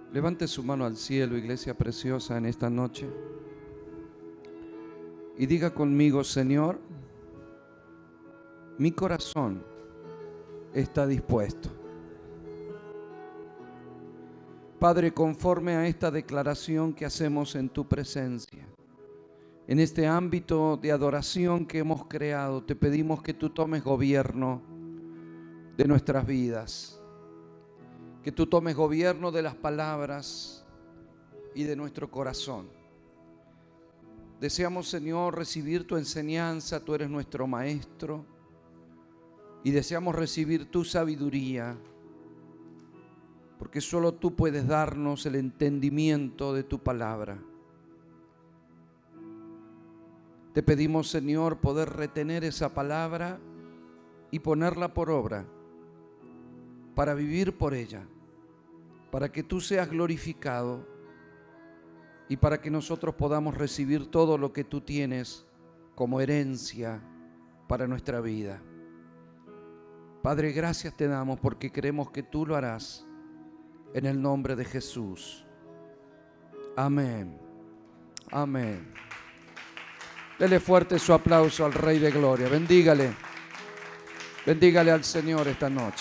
Levante su mano al cielo, iglesia preciosa, en esta noche, y diga conmigo: Señor, mi corazón está dispuesto. Padre, conforme a esta declaración que hacemos en tu presencia, en este ámbito de adoración que hemos creado, te pedimos que tú tomes gobierno de nuestras vidas, que tú tomes gobierno de las palabras y de nuestro corazón. Deseamos, Señor, recibir tu enseñanza, tú eres nuestro maestro, y deseamos recibir tu sabiduría, porque solo tú puedes darnos el entendimiento de tu palabra. Te pedimos, Señor, poder retener esa palabra y ponerla por obra, para vivir por ella, para que tú seas glorificado y para que nosotros podamos recibir todo lo que tú tienes como herencia para nuestra vida. Padre, gracias te damos porque creemos que tú lo harás, en el nombre de Jesús. Amén. Amén. Dele fuerte su aplauso al Rey de Gloria. Bendígale. Bendígale al Señor esta noche.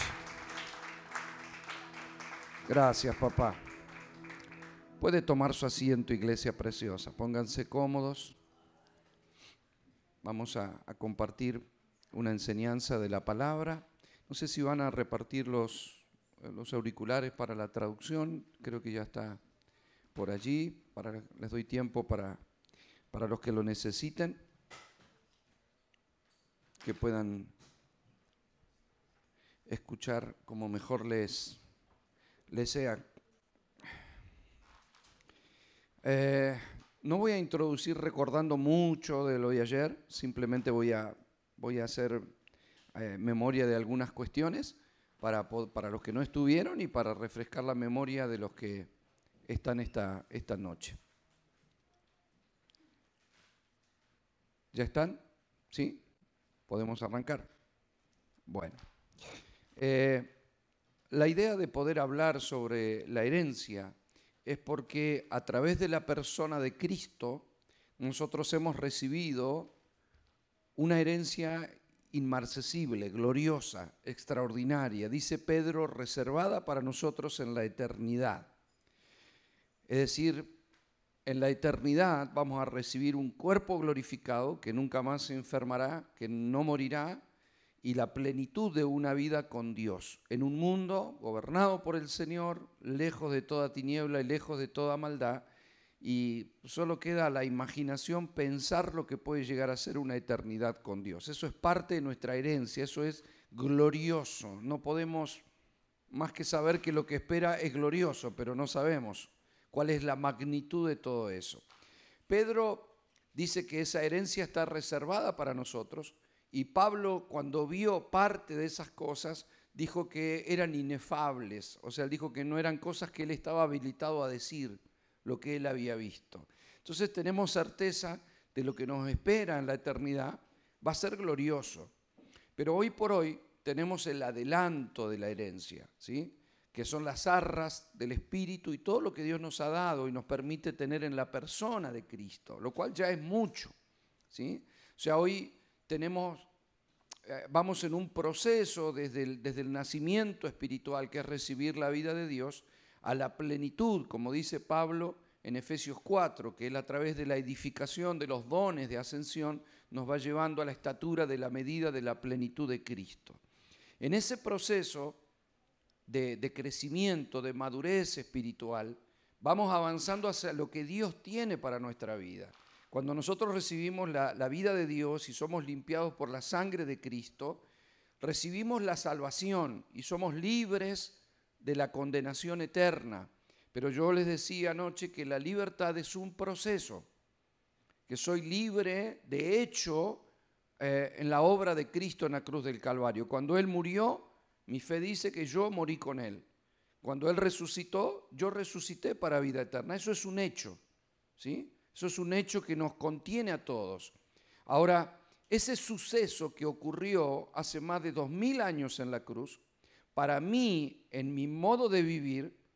Gracias, papá. Puede tomar su asiento, iglesia preciosa. Pónganse cómodos. Vamos a compartir una enseñanza de la palabra. No sé si van a repartir los auriculares para la traducción. Creo que ya está por allí. Les doy tiempo para los que lo necesiten, que puedan escuchar como mejor les sea. No voy a introducir recordando mucho de lo de ayer, simplemente voy a hacer memoria de algunas cuestiones para los que no estuvieron y para refrescar la memoria de los que están esta noche. ¿Ya están? ¿Sí? ¿Podemos arrancar? Bueno. La idea de poder hablar sobre la herencia es porque a través de la persona de Cristo nosotros hemos recibido una herencia inmarcesible, gloriosa, extraordinaria. Dice Pedro, reservada para nosotros en la eternidad. Es decir, en la eternidad vamos a recibir un cuerpo glorificado que nunca más se enfermará, que no morirá, y la plenitud de una vida con Dios, en un mundo gobernado por el Señor, lejos de toda tiniebla y lejos de toda maldad, y solo queda a la imaginación pensar lo que puede llegar a ser una eternidad con Dios. Eso es parte de nuestra herencia, eso es glorioso. No podemos más que saber que lo que espera es glorioso, pero no sabemos cuál es la magnitud de todo eso. Pedro dice que esa herencia está reservada para nosotros. Y Pablo, cuando vio parte de esas cosas, dijo que eran inefables. O sea, él dijo que no eran cosas que él estaba habilitado a decir, lo que él había visto. Entonces tenemos certeza de lo que nos espera en la eternidad. Va a ser glorioso. Pero hoy por hoy tenemos el adelanto de la herencia, ¿sí? Que son las arras del Espíritu y todo lo que Dios nos ha dado y nos permite tener en la persona de Cristo, lo cual ya es mucho, ¿sí? O sea, hoy vamos en un proceso desde el nacimiento espiritual, que es recibir la vida de Dios, a la plenitud, como dice Pablo en Efesios 4, que él a través de la edificación de los dones de ascensión nos va llevando a la estatura de la medida de la plenitud de Cristo. En ese proceso de crecimiento, de madurez espiritual, vamos avanzando hacia lo que Dios tiene para nuestra vida. Cuando nosotros recibimos la vida de Dios y somos limpiados por la sangre de Cristo, recibimos la salvación y somos libres de la condenación eterna. Pero yo les decía anoche que la libertad es un proceso, que soy libre de hecho en la obra de Cristo en la cruz del Calvario. Cuando Él murió, mi fe dice que yo morí con Él. Cuando Él resucitó, yo resucité para vida eterna. Eso es un hecho, ¿sí? Eso es un hecho que nos contiene a todos. Ahora, ese suceso que ocurrió hace más de 2000 años en la cruz, para mí, en mi modo de vivir,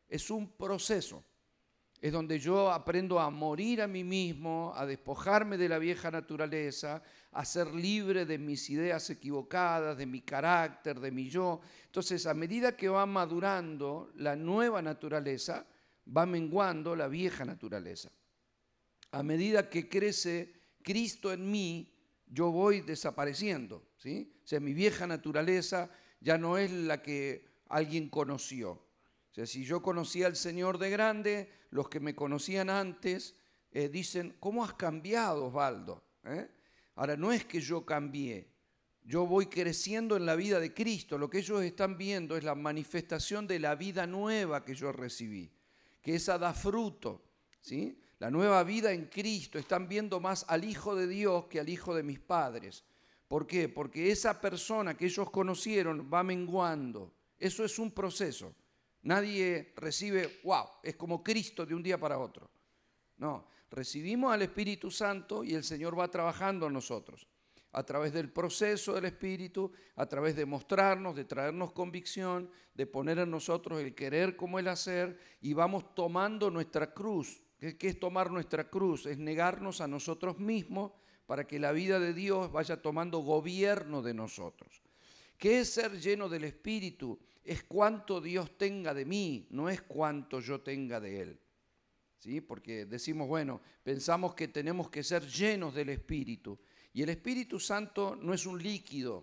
es un proceso. Es donde yo aprendo a morir a mí mismo, a despojarme de la vieja naturaleza, a ser libre de mis ideas equivocadas, de mi carácter, de mi yo. Entonces, a medida que va madurando la nueva naturaleza, va menguando la vieja naturaleza. A medida que crece Cristo en mí, yo voy desapareciendo, ¿sí? O sea, mi vieja naturaleza ya no es la que alguien conoció. O sea, si yo conocía al Señor de grande, los que me conocían antes dicen, ¿cómo has cambiado, Osvaldo? Ahora, no es que yo cambié, yo voy creciendo en la vida de Cristo. Lo que ellos están viendo es la manifestación de la vida nueva que yo recibí, que esa da fruto, ¿sí? La nueva vida en Cristo. Están viendo más al Hijo de Dios que al Hijo de mis padres. ¿Por qué? Porque esa persona que ellos conocieron va menguando. Eso es un proceso. Nadie recibe, wow, es como Cristo de un día para otro. No, recibimos al Espíritu Santo y el Señor va trabajando en nosotros. A través del proceso del Espíritu, a través de mostrarnos, de traernos convicción, de poner en nosotros el querer como el hacer, y vamos tomando nuestra cruz. ¿Qué es tomar nuestra cruz? Es negarnos a nosotros mismos para que la vida de Dios vaya tomando gobierno de nosotros. ¿Qué es ser lleno del Espíritu? Es cuánto Dios tenga de mí, no es cuánto yo tenga de Él. ¿Sí? Porque decimos, bueno, pensamos que tenemos que ser llenos del Espíritu. Y el Espíritu Santo no es un líquido,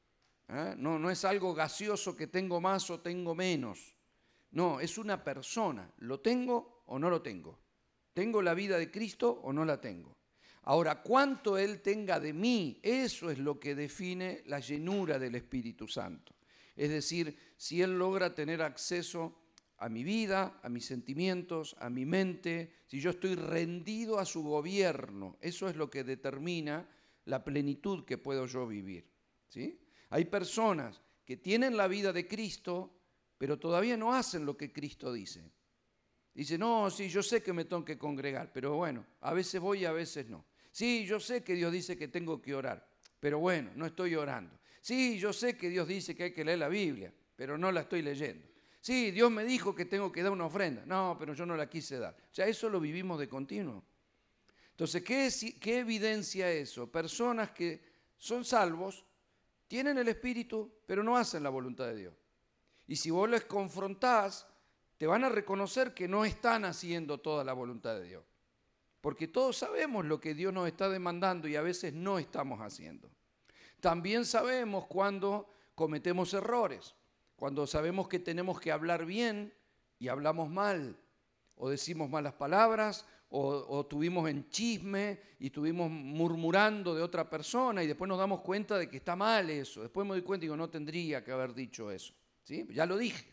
no es algo gaseoso que tengo más o tengo menos. No, es una persona. ¿Lo tengo o no lo tengo? ¿Tengo la vida de Cristo o no la tengo? Ahora, cuánto Él tenga de mí, eso es lo que define la llenura del Espíritu Santo. Es decir, si Él logra tener acceso a mi vida, a mis sentimientos, a mi mente, si yo estoy rendido a su gobierno, eso es lo que determina la plenitud que puedo yo vivir, ¿sí? Hay personas que tienen la vida de Cristo, pero todavía no hacen lo que Cristo dice. Dice, no, sí, yo sé que me tengo que congregar, pero bueno, a veces voy y a veces no. Sí, yo sé que Dios dice que tengo que orar, pero bueno, no estoy orando. Sí, yo sé que Dios dice que hay que leer la Biblia, pero no la estoy leyendo. Sí, Dios me dijo que tengo que dar una ofrenda. No, pero yo no la quise dar. O sea, eso lo vivimos de continuo. Entonces, ¿qué evidencia eso? Personas que son salvos, tienen el Espíritu, pero no hacen la voluntad de Dios. Y si vos les confrontás, te van a reconocer que no están haciendo toda la voluntad de Dios. Porque todos sabemos lo que Dios nos está demandando y a veces no estamos haciendo. También sabemos cuando cometemos errores, cuando sabemos que tenemos que hablar bien y hablamos mal, o decimos malas palabras, o estuvimos en chisme y estuvimos murmurando de otra persona y después nos damos cuenta de que está mal eso. Después me doy cuenta y digo, no tendría que haber dicho eso. ¿Sí? Ya lo dije.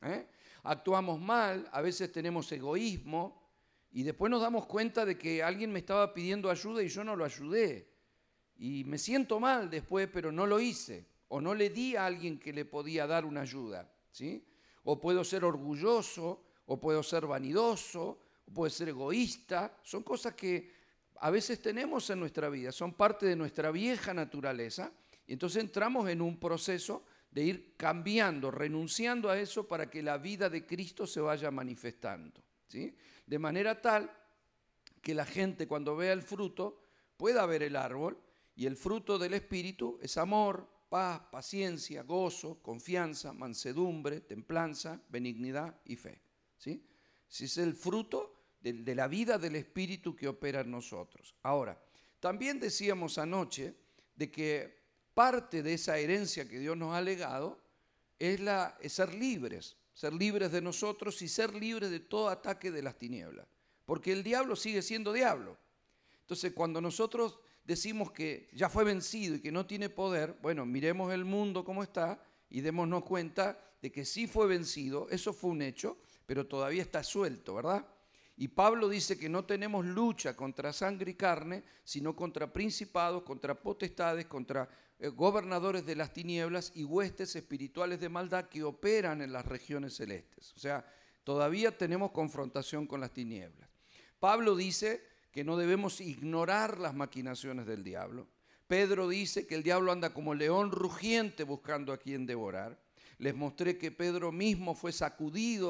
Actuamos mal, a veces tenemos egoísmo y después nos damos cuenta de que alguien me estaba pidiendo ayuda y yo no lo ayudé. Y me siento mal después, pero no lo hice. O no le di a alguien que le podía dar una ayuda, ¿sí? O puedo ser orgulloso, o puedo ser vanidoso, o puedo ser egoísta. Son cosas que a veces tenemos en nuestra vida, son parte de nuestra vieja naturaleza. Y entonces entramos en un proceso de ir cambiando, renunciando a eso para que la vida de Cristo se vaya manifestando, ¿sí? De manera tal que la gente cuando vea el fruto pueda ver el árbol, y el fruto del Espíritu es amor, paz, paciencia, gozo, confianza, mansedumbre, templanza, benignidad y fe, ¿sí? Ese es el fruto de la vida del Espíritu que opera en nosotros. Ahora, también decíamos anoche de que parte de esa herencia que Dios nos ha legado es ser libres de nosotros y ser libres de todo ataque de las tinieblas, porque el diablo sigue siendo diablo. Entonces, cuando nosotros decimos que ya fue vencido y que no tiene poder, bueno, miremos el mundo como está y démonos cuenta de que sí fue vencido, eso fue un hecho, pero todavía está suelto, ¿verdad? Y Pablo dice que no tenemos lucha contra sangre y carne, sino contra principados, contra potestades, contra gobernadores de las tinieblas y huestes espirituales de maldad que operan en las regiones celestes. O sea, todavía tenemos confrontación con las tinieblas. Pablo dice que no debemos ignorar las maquinaciones del diablo. Pedro dice que el diablo anda como león rugiente buscando a quien devorar. Les mostré que Pedro mismo fue sacudido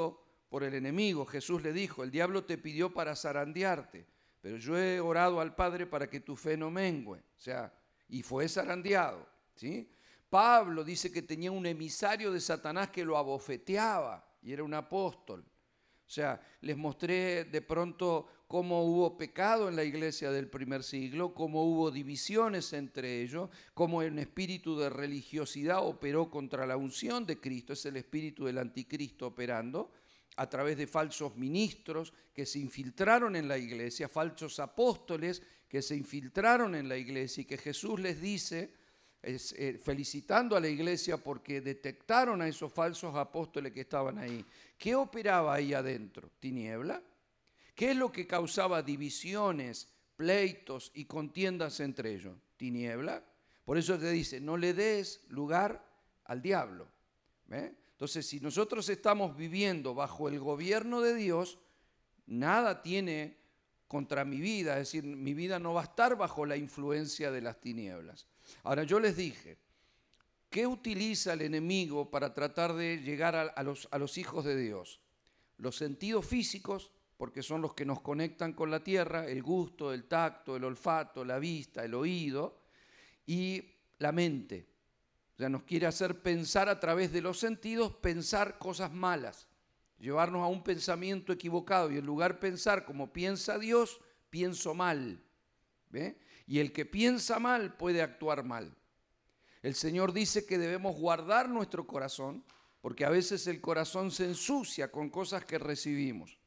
por el enemigo. Jesús le dijo, el diablo te pidió para zarandearte, pero yo he orado al Padre para que tu fe no mengüe. O sea, y fue zarandeado, ¿sí? Pablo dice que tenía un emisario de Satanás que lo abofeteaba y era un apóstol. O sea, les mostré de pronto cómo hubo pecado en la iglesia del primer siglo, cómo hubo divisiones entre ellos, cómo un espíritu de religiosidad operó contra la unción de Cristo, es el espíritu del anticristo operando a través de falsos ministros que se infiltraron en la iglesia, falsos apóstoles que se infiltraron en la iglesia y que Jesús les dice, felicitando a la iglesia porque detectaron a esos falsos apóstoles que estaban ahí. ¿Qué operaba ahí adentro? ¿Tiniebla? ¿Qué es lo que causaba divisiones, pleitos y contiendas entre ellos? ¿Tiniebla? Por eso te dice, no le des lugar al diablo. ¿Ve? Entonces, si nosotros estamos viviendo bajo el gobierno de Dios, nada tiene contra mi vida, es decir, mi vida no va a estar bajo la influencia de las tinieblas. Ahora, yo les dije, ¿qué utiliza el enemigo para tratar de llegar a los hijos de Dios? Los sentidos físicos, porque son los que nos conectan con la tierra, el gusto, el tacto, el olfato, la vista, el oído, y la mente. O sea, nos quiere hacer pensar a través de los sentidos, pensar cosas malas, llevarnos a un pensamiento equivocado, y en lugar de pensar como piensa Dios, pienso mal. ¿Ve? Y el que piensa mal puede actuar mal. El Señor dice que debemos guardar nuestro corazón, porque a veces el corazón se ensucia con cosas que recibimos.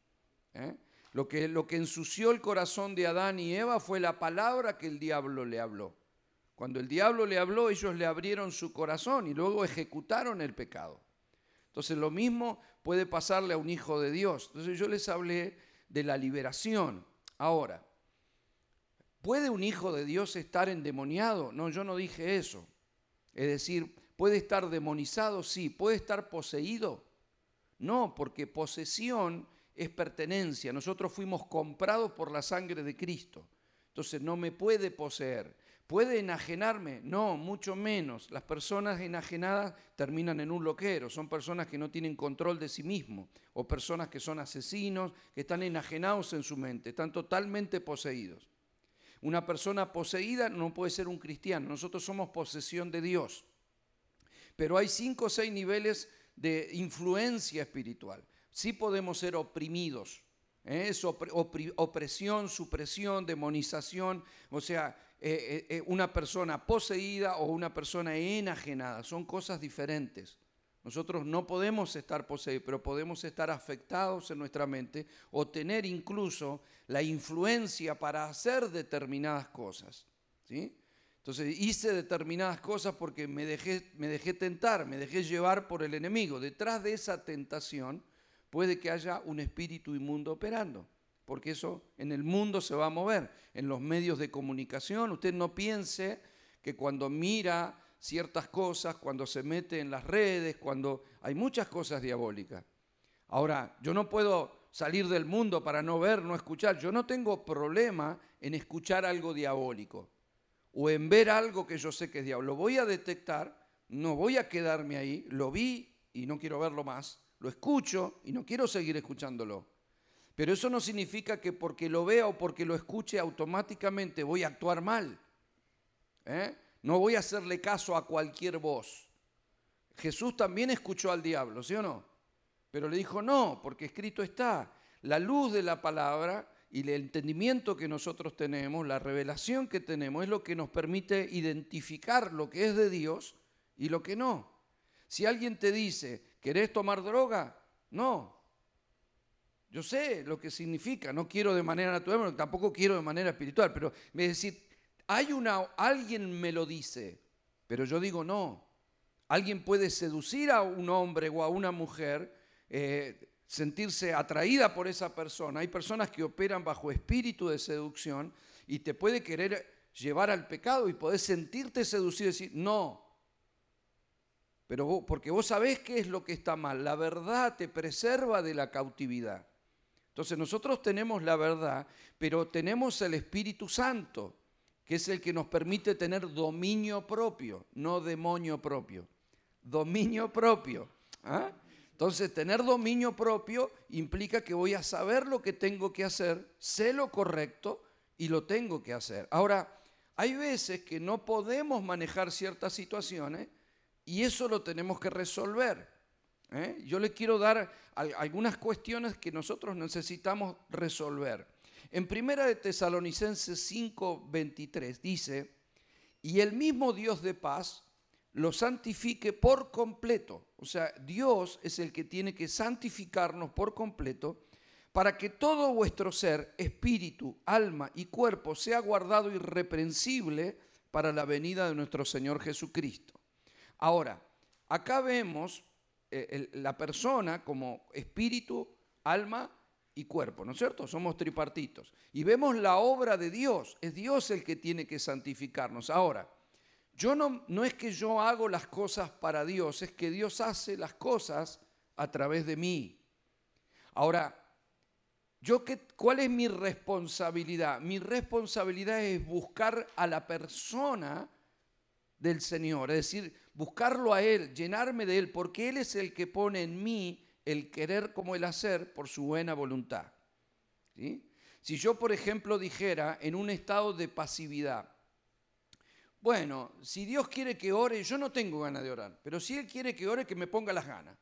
Lo que ensució el corazón de Adán y Eva fue la palabra que el diablo le habló. Cuando el diablo le habló, ellos le abrieron su corazón y luego ejecutaron el pecado. Entonces lo mismo puede pasarle a un hijo de Dios. Entonces yo les hablé de la liberación. Ahora, ¿puede un hijo de Dios estar endemoniado? No, yo no dije eso. Es decir, ¿puede estar demonizado? Sí. ¿Puede estar poseído? No, porque posesión es pertenencia. Nosotros fuimos comprados por la sangre de Cristo. Entonces no me puede poseer. ¿Puede enajenarme? No, mucho menos. Las personas enajenadas terminan en un loquero. Son personas que no tienen control de sí mismos. O personas que son asesinos, que están enajenados en su mente. Están totalmente poseídos. Una persona poseída no puede ser un cristiano. Nosotros somos posesión de Dios. Pero hay 5 o 6 niveles de influencia espiritual. Sí podemos ser oprimidos. Es opresión, supresión, demonización. O sea, una persona poseída o una persona enajenada. Son cosas diferentes. Nosotros no podemos estar poseídos, pero podemos estar afectados en nuestra mente o tener incluso la influencia para hacer determinadas cosas, ¿sí? Entonces hice determinadas cosas porque me dejé tentar, me dejé llevar por el enemigo. Detrás de esa tentación puede que haya un espíritu inmundo operando, porque eso en el mundo se va a mover, en los medios de comunicación. Usted no piense que cuando mira ciertas cosas, cuando se mete en las redes, cuando hay muchas cosas diabólicas. Ahora, yo no puedo salir del mundo para no ver, no escuchar. Yo no tengo problema en escuchar algo diabólico o en ver algo que yo sé que es diablo. Lo voy a detectar, no voy a quedarme ahí, lo vi y no quiero verlo más, lo escucho y no quiero seguir escuchándolo. Pero eso no significa que porque lo vea o porque lo escuche automáticamente voy a actuar mal. No voy a hacerle caso a cualquier voz. Jesús también escuchó al diablo, ¿sí o no? Pero le dijo no, porque escrito está. La luz de la palabra y el entendimiento que nosotros tenemos, la revelación que tenemos, es lo que nos permite identificar lo que es de Dios y lo que no. Si alguien te dice, ¿querés tomar droga? No. Yo sé lo que significa, no quiero de manera natural, tampoco quiero de manera espiritual, pero es decir, alguien me lo dice, pero yo digo no. Alguien puede seducir a un hombre o a una mujer, sentirse atraída por esa persona. Hay personas que operan bajo espíritu de seducción y te puede querer llevar al pecado y podés sentirte seducido y decir no. Pero porque vos sabés qué es lo que está mal. La verdad te preserva de la cautividad. Entonces nosotros tenemos la verdad, pero tenemos el Espíritu Santo, que es el que nos permite tener dominio propio, no demonio propio. Dominio propio. Entonces, tener dominio propio implica que voy a saber lo que tengo que hacer, sé lo correcto y lo tengo que hacer. Ahora, hay veces que no podemos manejar ciertas situaciones y eso lo tenemos que resolver. Yo le quiero dar algunas cuestiones que nosotros necesitamos resolver. En 1 de Tesalonicenses 5:23 dice, y el mismo Dios de paz lo santifique por completo. O sea, Dios es el que tiene que santificarnos por completo para que todo vuestro ser, espíritu, alma y cuerpo sea guardado irreprensible para la venida de nuestro Señor Jesucristo. Ahora, acá vemos la persona como espíritu, alma y cuerpo, ¿no es cierto? Somos tripartitos. Y vemos la obra de Dios, es Dios el que tiene que santificarnos. Ahora, no es que yo hago las cosas para Dios, es que Dios hace las cosas a través de mí. Ahora, ¿cuál es mi responsabilidad? Mi responsabilidad es buscar a la persona del Señor, es decir, buscarlo a Él, llenarme de Él, porque Él es el que pone en mí el querer como el hacer por su buena voluntad. ¿Sí? Si yo, por ejemplo, dijera en un estado de pasividad, bueno, si Dios quiere que ore, yo no tengo ganas de orar, pero si Él quiere que ore, que me ponga las ganas.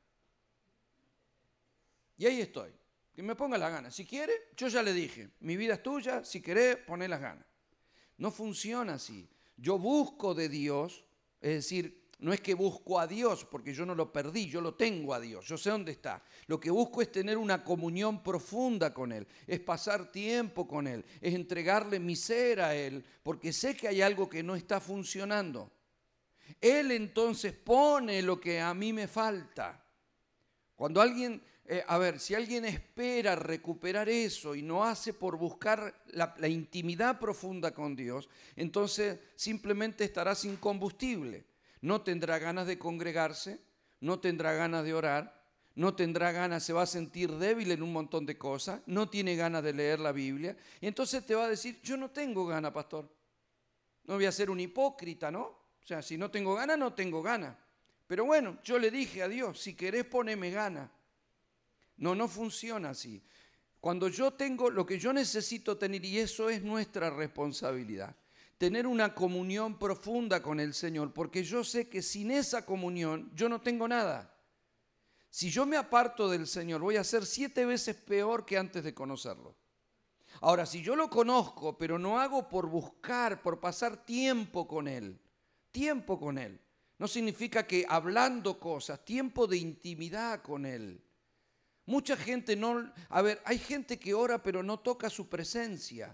Y ahí estoy, que me ponga las ganas. Si quiere, yo ya le dije, mi vida es tuya, si querés, poné las ganas. No funciona así. Yo busco de Dios, es decir, no es que busco a Dios, porque yo no lo perdí, yo lo tengo a Dios, yo sé dónde está. Lo que busco es tener una comunión profunda con Él, es pasar tiempo con Él, es entregarle mi ser a Él, porque sé que hay algo que no está funcionando. Él entonces pone lo que a mí me falta. Cuando alguien, si alguien espera recuperar eso y no hace por buscar la intimidad profunda con Dios, entonces simplemente estará sin combustible. No tendrá ganas de congregarse, no tendrá ganas de orar, no tendrá ganas, se va a sentir débil en un montón de cosas, no tiene ganas de leer la Biblia, y entonces te va a decir, yo no tengo ganas, pastor. No voy a ser un hipócrita, ¿no? O sea, si no tengo ganas, no tengo ganas. Pero bueno, yo le dije a Dios, si querés poneme ganas. No funciona así. Cuando yo tengo lo que yo necesito tener, y eso es nuestra responsabilidad, tener una comunión profunda con el Señor, porque yo sé que sin esa comunión yo no tengo nada. Si yo me aparto del Señor, voy a ser 7 veces peor que antes de conocerlo. Ahora, si yo lo conozco, pero no hago por buscar, por pasar tiempo con Él, no significa que hablando cosas, tiempo de intimidad con Él. Mucha gente hay gente que ora pero no toca su presencia.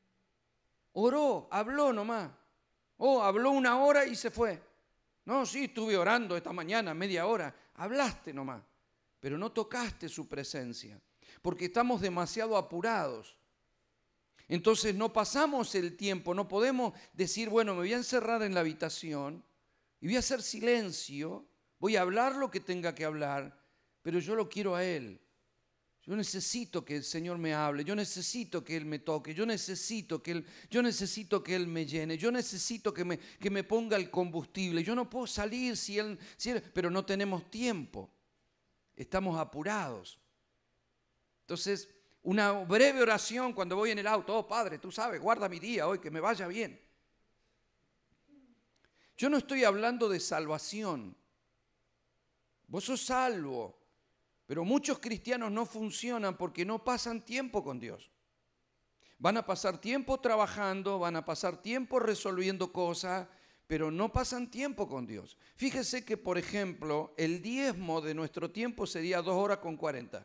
Oró, habló nomás. Habló 1 hora y se fue. No, sí, estuve orando esta mañana, media hora. Hablaste nomás, pero no tocaste su presencia, porque estamos demasiado apurados. Entonces no pasamos el tiempo, no podemos decir, bueno, me voy a encerrar en la habitación y voy a hacer silencio, voy a hablar lo que tenga que hablar, pero yo lo quiero a Él. Yo necesito que el Señor me hable, yo necesito que Él me toque, yo necesito que Él me llene, yo necesito que me ponga el combustible. Yo no puedo salir si él, pero no tenemos tiempo, estamos apurados. Entonces, una breve oración cuando voy en el auto, Padre, tú sabes, guarda mi día hoy, que me vaya bien. Yo no estoy hablando de salvación, vos sos salvo. Pero muchos cristianos no funcionan porque no pasan tiempo con Dios. Van a pasar tiempo trabajando, van a pasar tiempo resolviendo cosas, pero no pasan tiempo con Dios. Fíjese que, por ejemplo, el diezmo de nuestro tiempo sería 2 horas con 40.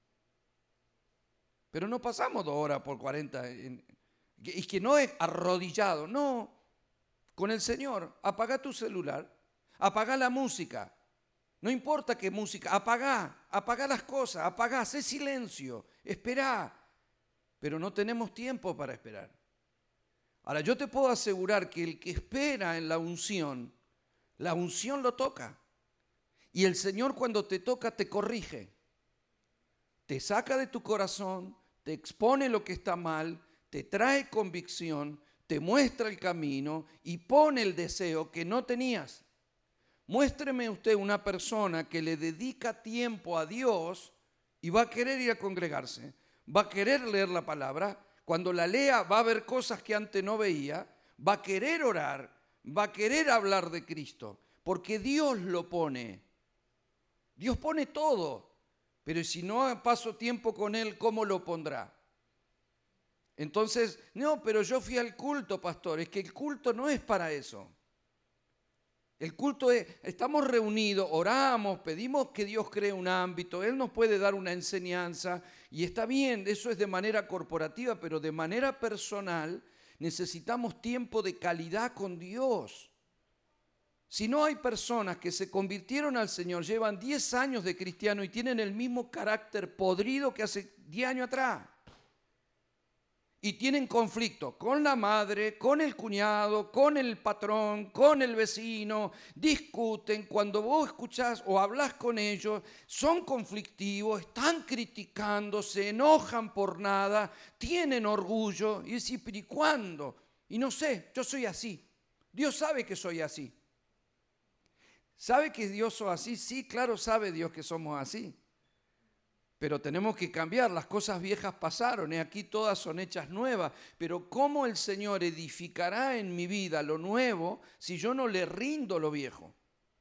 Pero no pasamos 2 horas por 40. Y que no es arrodillado, no. Con el Señor, apaga tu celular, apaga la música. No importa qué música, apagá las cosas, haz silencio, esperá. Pero no tenemos tiempo para esperar. Ahora, yo te puedo asegurar que el que espera en la unción lo toca. Y el Señor cuando te toca te corrige. Te saca de tu corazón, te expone lo que está mal, te trae convicción, te muestra el camino y pone el deseo que no tenías. Muéstreme usted una persona que le dedica tiempo a Dios y va a querer ir a congregarse, va a querer leer la palabra. Cuando la lea va a ver cosas que antes no veía, va a querer orar, va a querer hablar de Cristo, porque Dios lo pone. Dios pone todo, pero si no paso tiempo con Él, ¿cómo lo pondrá? Entonces, no, pero yo fui al culto, pastor. Es que el culto no es para eso. El culto es, estamos reunidos, oramos, pedimos que Dios cree un ámbito, Él nos puede dar una enseñanza y está bien, eso es de manera corporativa, pero de manera personal necesitamos tiempo de calidad con Dios. Si no hay personas que se convirtieron al Señor, llevan 10 años de cristiano y tienen el mismo carácter podrido que hace 10 años atrás. Y tienen conflicto con la madre, con el cuñado, con el patrón, con el vecino, discuten. Cuando vos escuchás o hablas con ellos, son conflictivos, están criticando, se enojan por nada, tienen orgullo. Y decís, ¿pero y cuándo? Y no sé, yo soy así. Dios sabe que soy así. ¿Sabe que Dios soy así? Sí, claro, sabe Dios que somos así. Pero tenemos que cambiar, las cosas viejas pasaron, aquí todas son hechas nuevas. Pero ¿cómo el Señor edificará en mi vida lo nuevo si yo no le rindo lo viejo?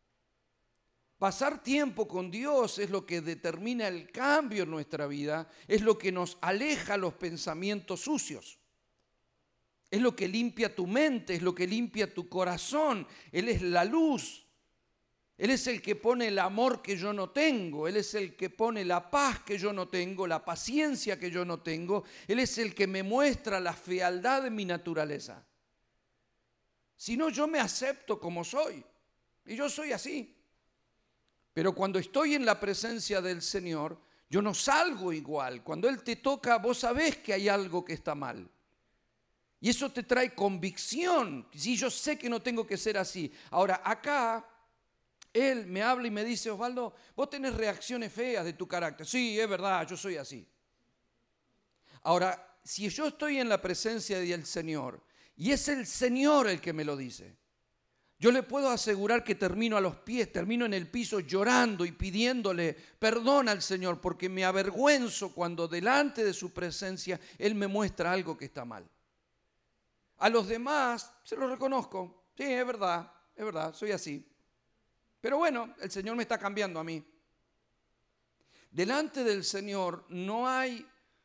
Pasar tiempo con Dios es lo que determina el cambio en nuestra vida, es lo que nos aleja los pensamientos sucios. Es lo que limpia tu mente, es lo que limpia tu corazón. Él es la luz. Él es el que pone el amor que yo no tengo, Él es el que pone la paz que yo no tengo, la paciencia que yo no tengo, Él es el que me muestra la fealdad de mi naturaleza. Si no, yo me acepto como soy, y yo soy así. Pero cuando estoy en la presencia del Señor, yo no salgo igual. Cuando Él te toca, vos sabés que hay algo que está mal. Y eso te trae convicción. Sí, yo sé que no tengo que ser así. Ahora, acá Él me habla y me dice, Osvaldo, vos tenés reacciones feas de tu carácter. Sí, es verdad, yo soy así. Ahora, si yo estoy en la presencia del Señor y es el Señor el que me lo dice, yo le puedo asegurar que termino a los pies, termino en el piso llorando y pidiéndole perdón al Señor porque me avergüenzo cuando delante de su presencia Él me muestra algo que está mal. A los demás se lo reconozco. Sí, es verdad, soy así. Pero bueno, el Señor me está cambiando a mí. Delante del Señor no hay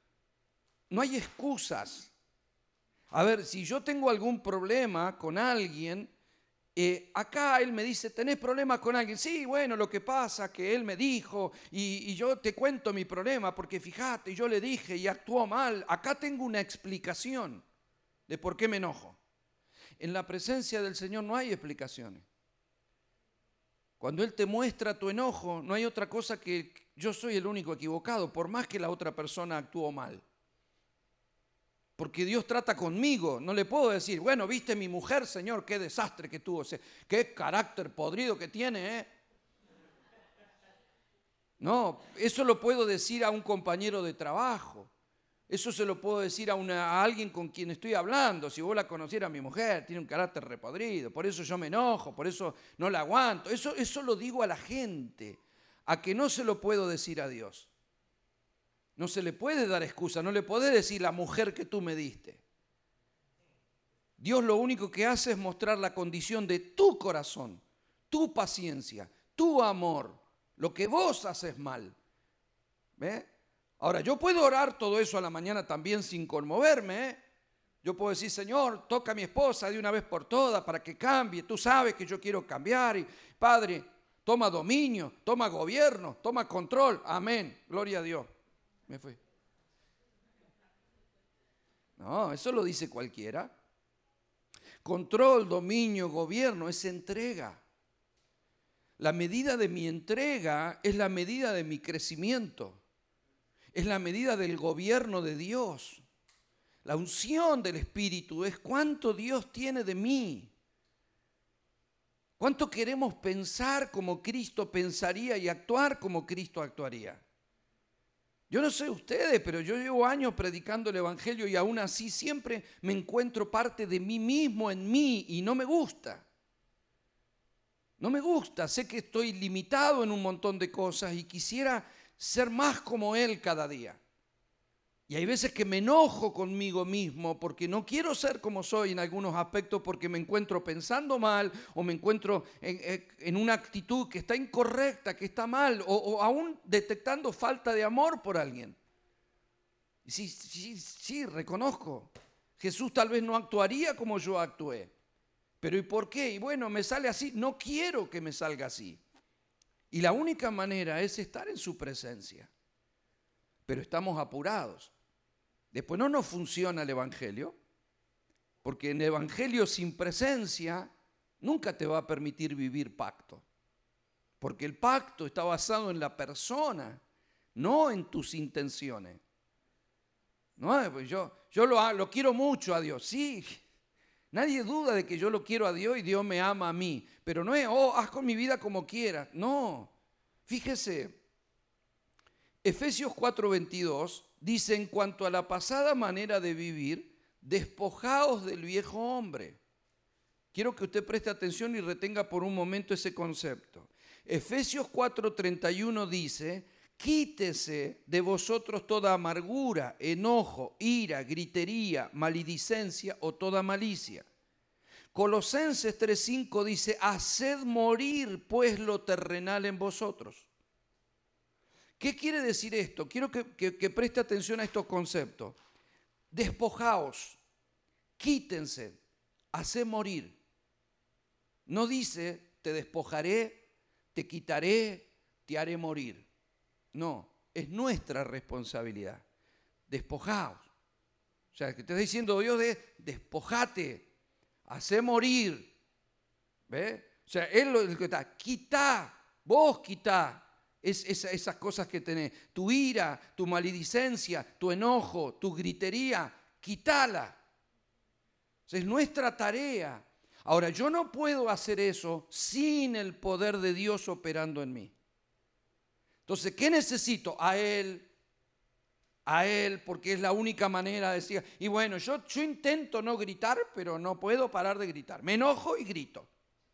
excusas. A ver, si yo tengo algún problema con alguien, acá Él me dice, ¿tenés problemas con alguien? Sí, bueno, lo que pasa que Él me dijo y yo te cuento mi problema porque fíjate, yo le dije y actuó mal. Acá tengo una explicación de por qué me enojo. En la presencia del Señor no hay explicaciones. Cuando Él te muestra tu enojo, no hay otra cosa que yo soy el único equivocado, por más que la otra persona actuó mal. Porque Dios trata conmigo, no le puedo decir, bueno, viste mi mujer, Señor, qué desastre que tuvo, qué carácter podrido que tiene, ¿eh? No, eso lo puedo decir a un compañero de trabajo. Eso se lo puedo decir a alguien con quien estoy hablando. Si vos la conocieras, mi mujer tiene un carácter repodrido, por eso yo me enojo, por eso no la aguanto. Eso lo digo a la gente, a que no se lo puedo decir a Dios. No se le puede dar excusa, no le podés decir la mujer que tú me diste. Dios lo único que hace es mostrar la condición de tu corazón, tu paciencia, tu amor, lo que vos haces mal. ¿Ves? Ahora, yo puedo orar todo eso a la mañana también sin conmoverme, ¿eh? Yo puedo decir, Señor, toca a mi esposa de una vez por todas para que cambie. Tú sabes que yo quiero cambiar. Y, Padre, toma dominio, toma gobierno, toma control. Amén. Gloria a Dios. Me fui. No, eso lo dice cualquiera. Control, dominio, gobierno es entrega. La medida de mi entrega es la medida de mi crecimiento. Es la medida del gobierno de Dios. La unción del Espíritu es cuánto Dios tiene de mí. Cuánto queremos pensar como Cristo pensaría y actuar como Cristo actuaría. Yo no sé ustedes, pero yo llevo años predicando el Evangelio y aún así siempre me encuentro parte de mí mismo en mí y no me gusta. No me gusta, sé que estoy limitado en un montón de cosas y quisiera ser más como Él cada día. Y hay veces que me enojo conmigo mismo porque no quiero ser como soy en algunos aspectos porque me encuentro pensando mal o me encuentro en una actitud que está incorrecta, que está mal o aún detectando falta de amor por alguien. Sí, reconozco. Jesús tal vez no actuaría como yo actué. Pero ¿y por qué? Y bueno, me sale así. No quiero que me salga así. Y la única manera es estar en su presencia. Pero estamos apurados. Después no nos funciona el Evangelio, porque en el Evangelio sin presencia nunca te va a permitir vivir pacto. Porque el pacto está basado en la persona, no en tus intenciones. No, pues yo lo quiero mucho a Dios, sí. Nadie duda de que yo lo quiero a Dios y Dios me ama a mí. Pero no es, haz con mi vida como quieras. No, fíjese, Efesios 4:22 dice, en cuanto a la pasada manera de vivir, despojaos del viejo hombre. Quiero que usted preste atención y retenga por un momento ese concepto. Efesios 4:31 dice, quítese de vosotros toda amargura, enojo, ira, gritería, maledicencia o toda malicia. Colosenses 3:5 dice, haced morir pues lo terrenal en vosotros. ¿Qué quiere decir esto? Quiero que preste atención a estos conceptos. Despojaos, quítense, haced morir. No dice, te despojaré, te quitaré, te haré morir. No, es nuestra responsabilidad. Despojaos. O sea, que te está diciendo Dios despojate, hacé morir. ¿Ve? O sea, Él es el que está, quitá, vos quitá esas cosas que tenés. Tu ira, tu maledicencia, tu enojo, tu gritería, quitala. O sea, es nuestra tarea. Ahora, yo no puedo hacer eso sin el poder de Dios operando en mí. Entonces, ¿qué necesito? A Él, porque es la única manera de decir. Y bueno, yo intento no gritar, pero no puedo parar de gritar. Me enojo y grito.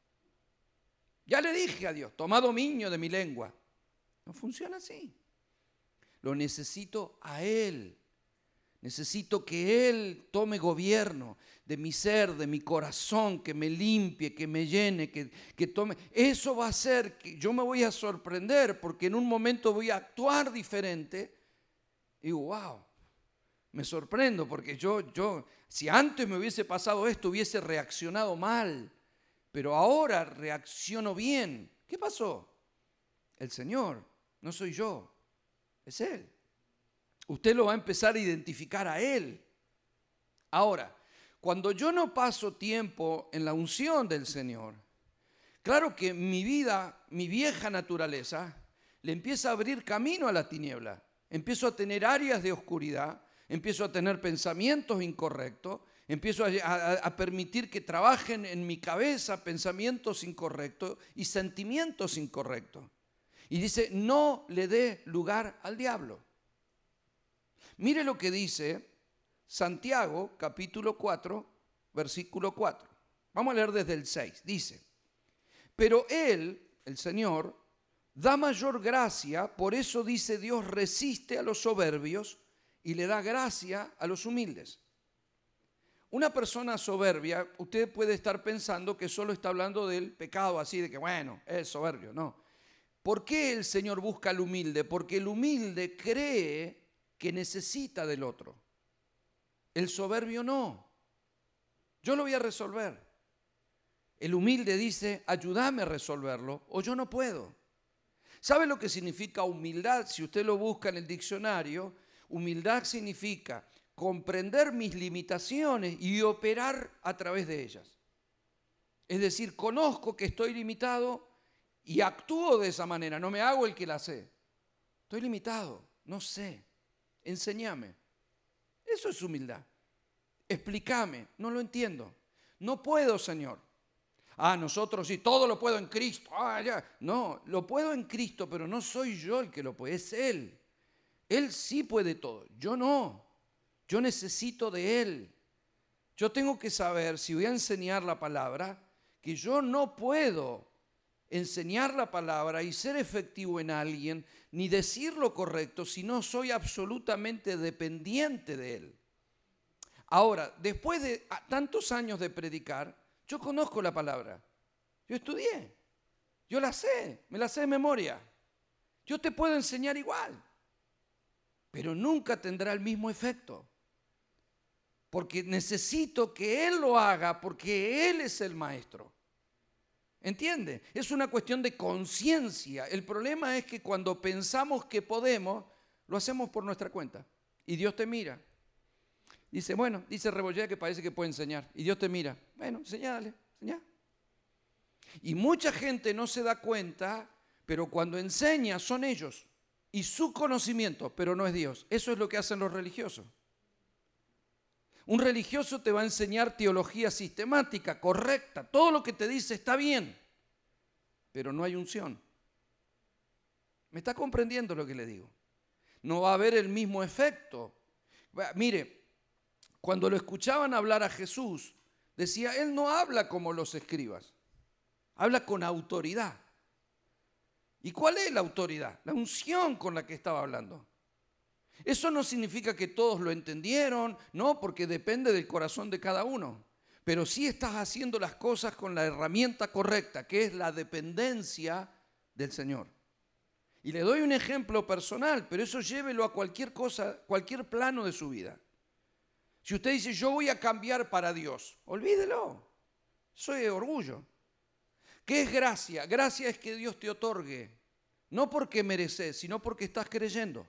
Ya le dije a Dios, toma dominio de mi lengua. No funciona así. Lo necesito a Él. Necesito que Él tome gobierno de mi ser, de mi corazón, que me limpie, que me llene, que tome. Eso va a hacer que yo me voy a sorprender porque en un momento voy a actuar diferente. Y digo, wow, me sorprendo porque yo, si antes me hubiese pasado esto, hubiese reaccionado mal. Pero ahora reacciono bien. ¿Qué pasó? El Señor, no soy yo, es Él. Usted lo va a empezar a identificar a Él. Ahora, cuando yo no paso tiempo en la unción del Señor, claro que mi vida, mi vieja naturaleza, le empieza a abrir camino a la tiniebla. Empiezo a tener áreas de oscuridad, empiezo a tener pensamientos incorrectos, empiezo a permitir que trabajen en mi cabeza pensamientos incorrectos y sentimientos incorrectos. Y dice, no le dé lugar al diablo. Mire lo que dice Santiago, capítulo 4, versículo 4. Vamos a leer desde el 6. Dice, pero Él, el Señor, da mayor gracia, por eso dice Dios resiste a los soberbios y le da gracia a los humildes. Una persona soberbia, usted puede estar pensando que solo está hablando del pecado, así de que bueno, es soberbio. No. ¿Por qué el Señor busca al humilde? Porque el humilde cree que necesita del otro. El soberbio no. Yo lo voy a resolver. El humilde dice, ayúdame a resolverlo o yo no puedo. ¿Sabe lo que significa humildad? Si usted lo busca en el diccionario, humildad significa comprender mis limitaciones y operar a través de ellas. Es decir, conozco que estoy limitado y actúo de esa manera, no me hago el que la sé. Estoy limitado, no sé. Enséñame. Eso es humildad. Explícame, no lo entiendo. No puedo, Señor. Nosotros sí, todo lo puedo en Cristo. Ya. No, lo puedo en Cristo, pero no soy yo el que lo puede, es Él. Él sí puede todo, yo no. Yo necesito de Él. Yo tengo que saber, si voy a enseñar la palabra, que yo no puedo enseñar la palabra y ser efectivo en alguien, ni decir lo correcto, si no soy absolutamente dependiente de Él. Ahora, después de tantos años de predicar, yo conozco la palabra. Yo estudié, yo la sé, me la sé de memoria. Yo te puedo enseñar igual, pero nunca tendrá el mismo efecto. Porque necesito que Él lo haga, porque Él es el maestro. ¿Entiende? Es una cuestión de conciencia. El problema es que cuando pensamos que podemos, lo hacemos por nuestra cuenta. Y Dios te mira. Dice, bueno, dice Rebollea que parece que puede enseñar. Y Dios te mira. Bueno, enseñale, enseñá. Y mucha gente no se da cuenta, pero cuando enseña son ellos. Y su conocimiento, pero no es Dios. Eso es lo que hacen los religiosos. Un religioso te va a enseñar teología sistemática, correcta. Todo lo que te dice está bien, pero no hay unción. ¿Me está comprendiendo lo que le digo? No va a haber el mismo efecto. Mire, cuando lo escuchaban hablar a Jesús, decía, Él no habla como los escribas, habla con autoridad. ¿Y cuál es la autoridad? La unción con la que estaba hablando. Eso no significa que todos lo entendieron, no, porque depende del corazón de cada uno. Pero sí estás haciendo las cosas con la herramienta correcta, que es la dependencia del Señor. Y le doy un ejemplo personal, pero eso llévelo a cualquier cosa, cualquier plano de su vida. Si usted dice, yo voy a cambiar para Dios, olvídelo. Eso es orgullo. ¿Qué es gracia? Gracia es que Dios te otorgue, no porque mereces, sino porque estás creyendo.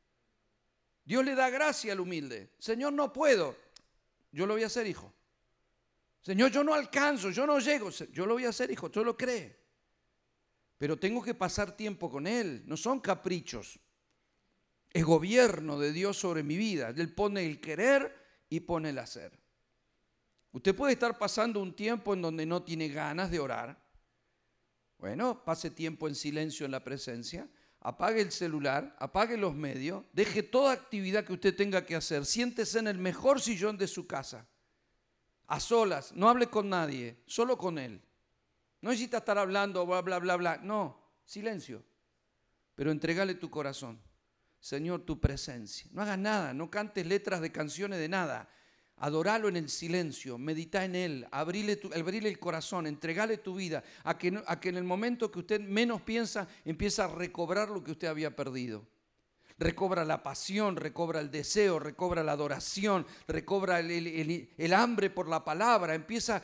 Dios le da gracia al humilde. Señor, no puedo. Yo lo voy a hacer, hijo. Señor, yo no alcanzo, yo no llego. Yo lo voy a hacer, hijo, tú lo crees. Pero tengo que pasar tiempo con Él. No son caprichos. Es gobierno de Dios sobre mi vida. Él pone el querer y pone el hacer. Usted puede estar pasando un tiempo en donde no tiene ganas de orar. Bueno, pase tiempo en silencio en la presencia. Apague el celular, apague los medios, deje toda actividad que usted tenga que hacer, siéntese en el mejor sillón de su casa, a solas, no hable con nadie, solo con Él. No necesita estar hablando, bla, bla, bla, bla, no, silencio, pero entregale tu corazón. Señor, tu presencia. No hagas nada, no cantes letras de canciones de nada. Adoralo en el silencio, medita en Él, abrile el corazón, entregale tu vida, a que en el momento que usted menos piensa, empieza a recobrar lo que usted había perdido. Recobra la pasión, recobra el deseo, recobra la adoración, recobra el hambre por la palabra, empieza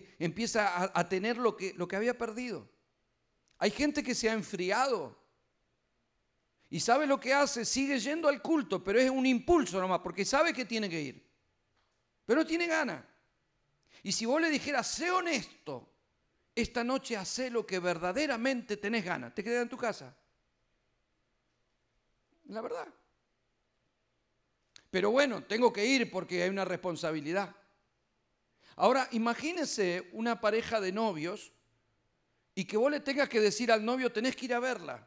a tener lo que había perdido. Hay gente que se ha enfriado y sabe lo que hace, sigue yendo al culto, pero es un impulso nomás, porque sabe que tiene que ir. Pero no tiene ganas. Y si vos le dijeras, sé honesto, esta noche hacé lo que verdaderamente tenés ganas, te quedas en tu casa. La verdad. Pero bueno, tengo que ir porque hay una responsabilidad. Ahora, imagínese una pareja de novios y que vos le tengas que decir al novio, tenés que ir a verla.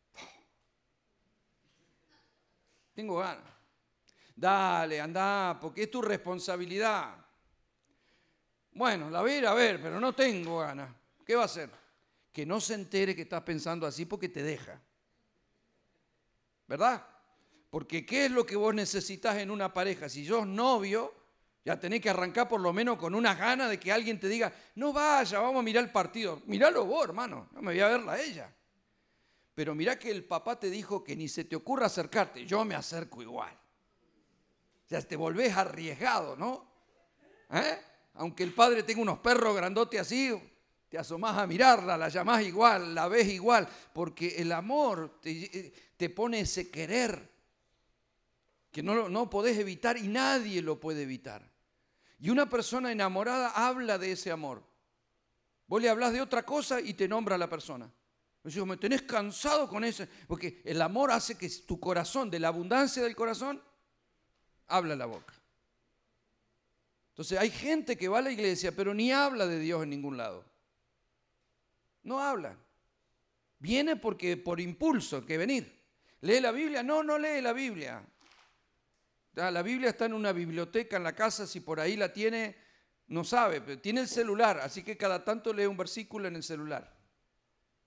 Tengo ganas. Dale, andá, porque es tu responsabilidad. Bueno, la voy a ir a ver, pero no tengo ganas. ¿Qué va a hacer? Que no se entere que estás pensando así porque te deja. ¿Verdad? Porque ¿qué es lo que vos necesitas en una pareja? Si sos novio, ya tenés que arrancar por lo menos con unas ganas de que alguien te diga, no vaya, vamos a mirar el partido. Miralo vos, hermano, no me voy a verla a ella. Pero mirá que el papá te dijo que ni se te ocurra acercarte. Yo me acerco igual. O sea, te volvés arriesgado, ¿no? Aunque el padre tenga unos perros grandotes así, te asomás a mirarla, la llamás igual, la ves igual, porque el amor te pone ese querer que no podés evitar y nadie lo puede evitar. Y una persona enamorada habla de ese amor. Vos le hablás de otra cosa y te nombra a la persona. Yo me tenés cansado con eso, porque el amor hace que tu corazón, de la abundancia del corazón, habla la boca. Entonces hay gente que va a la iglesia pero ni habla de Dios en ningún lado. No habla. Viene porque por impulso que venir. ¿Lee la Biblia? No lee la Biblia. La Biblia está en una biblioteca en la casa, si por ahí la tiene, no sabe, pero tiene el celular, así que cada tanto lee un versículo en el celular.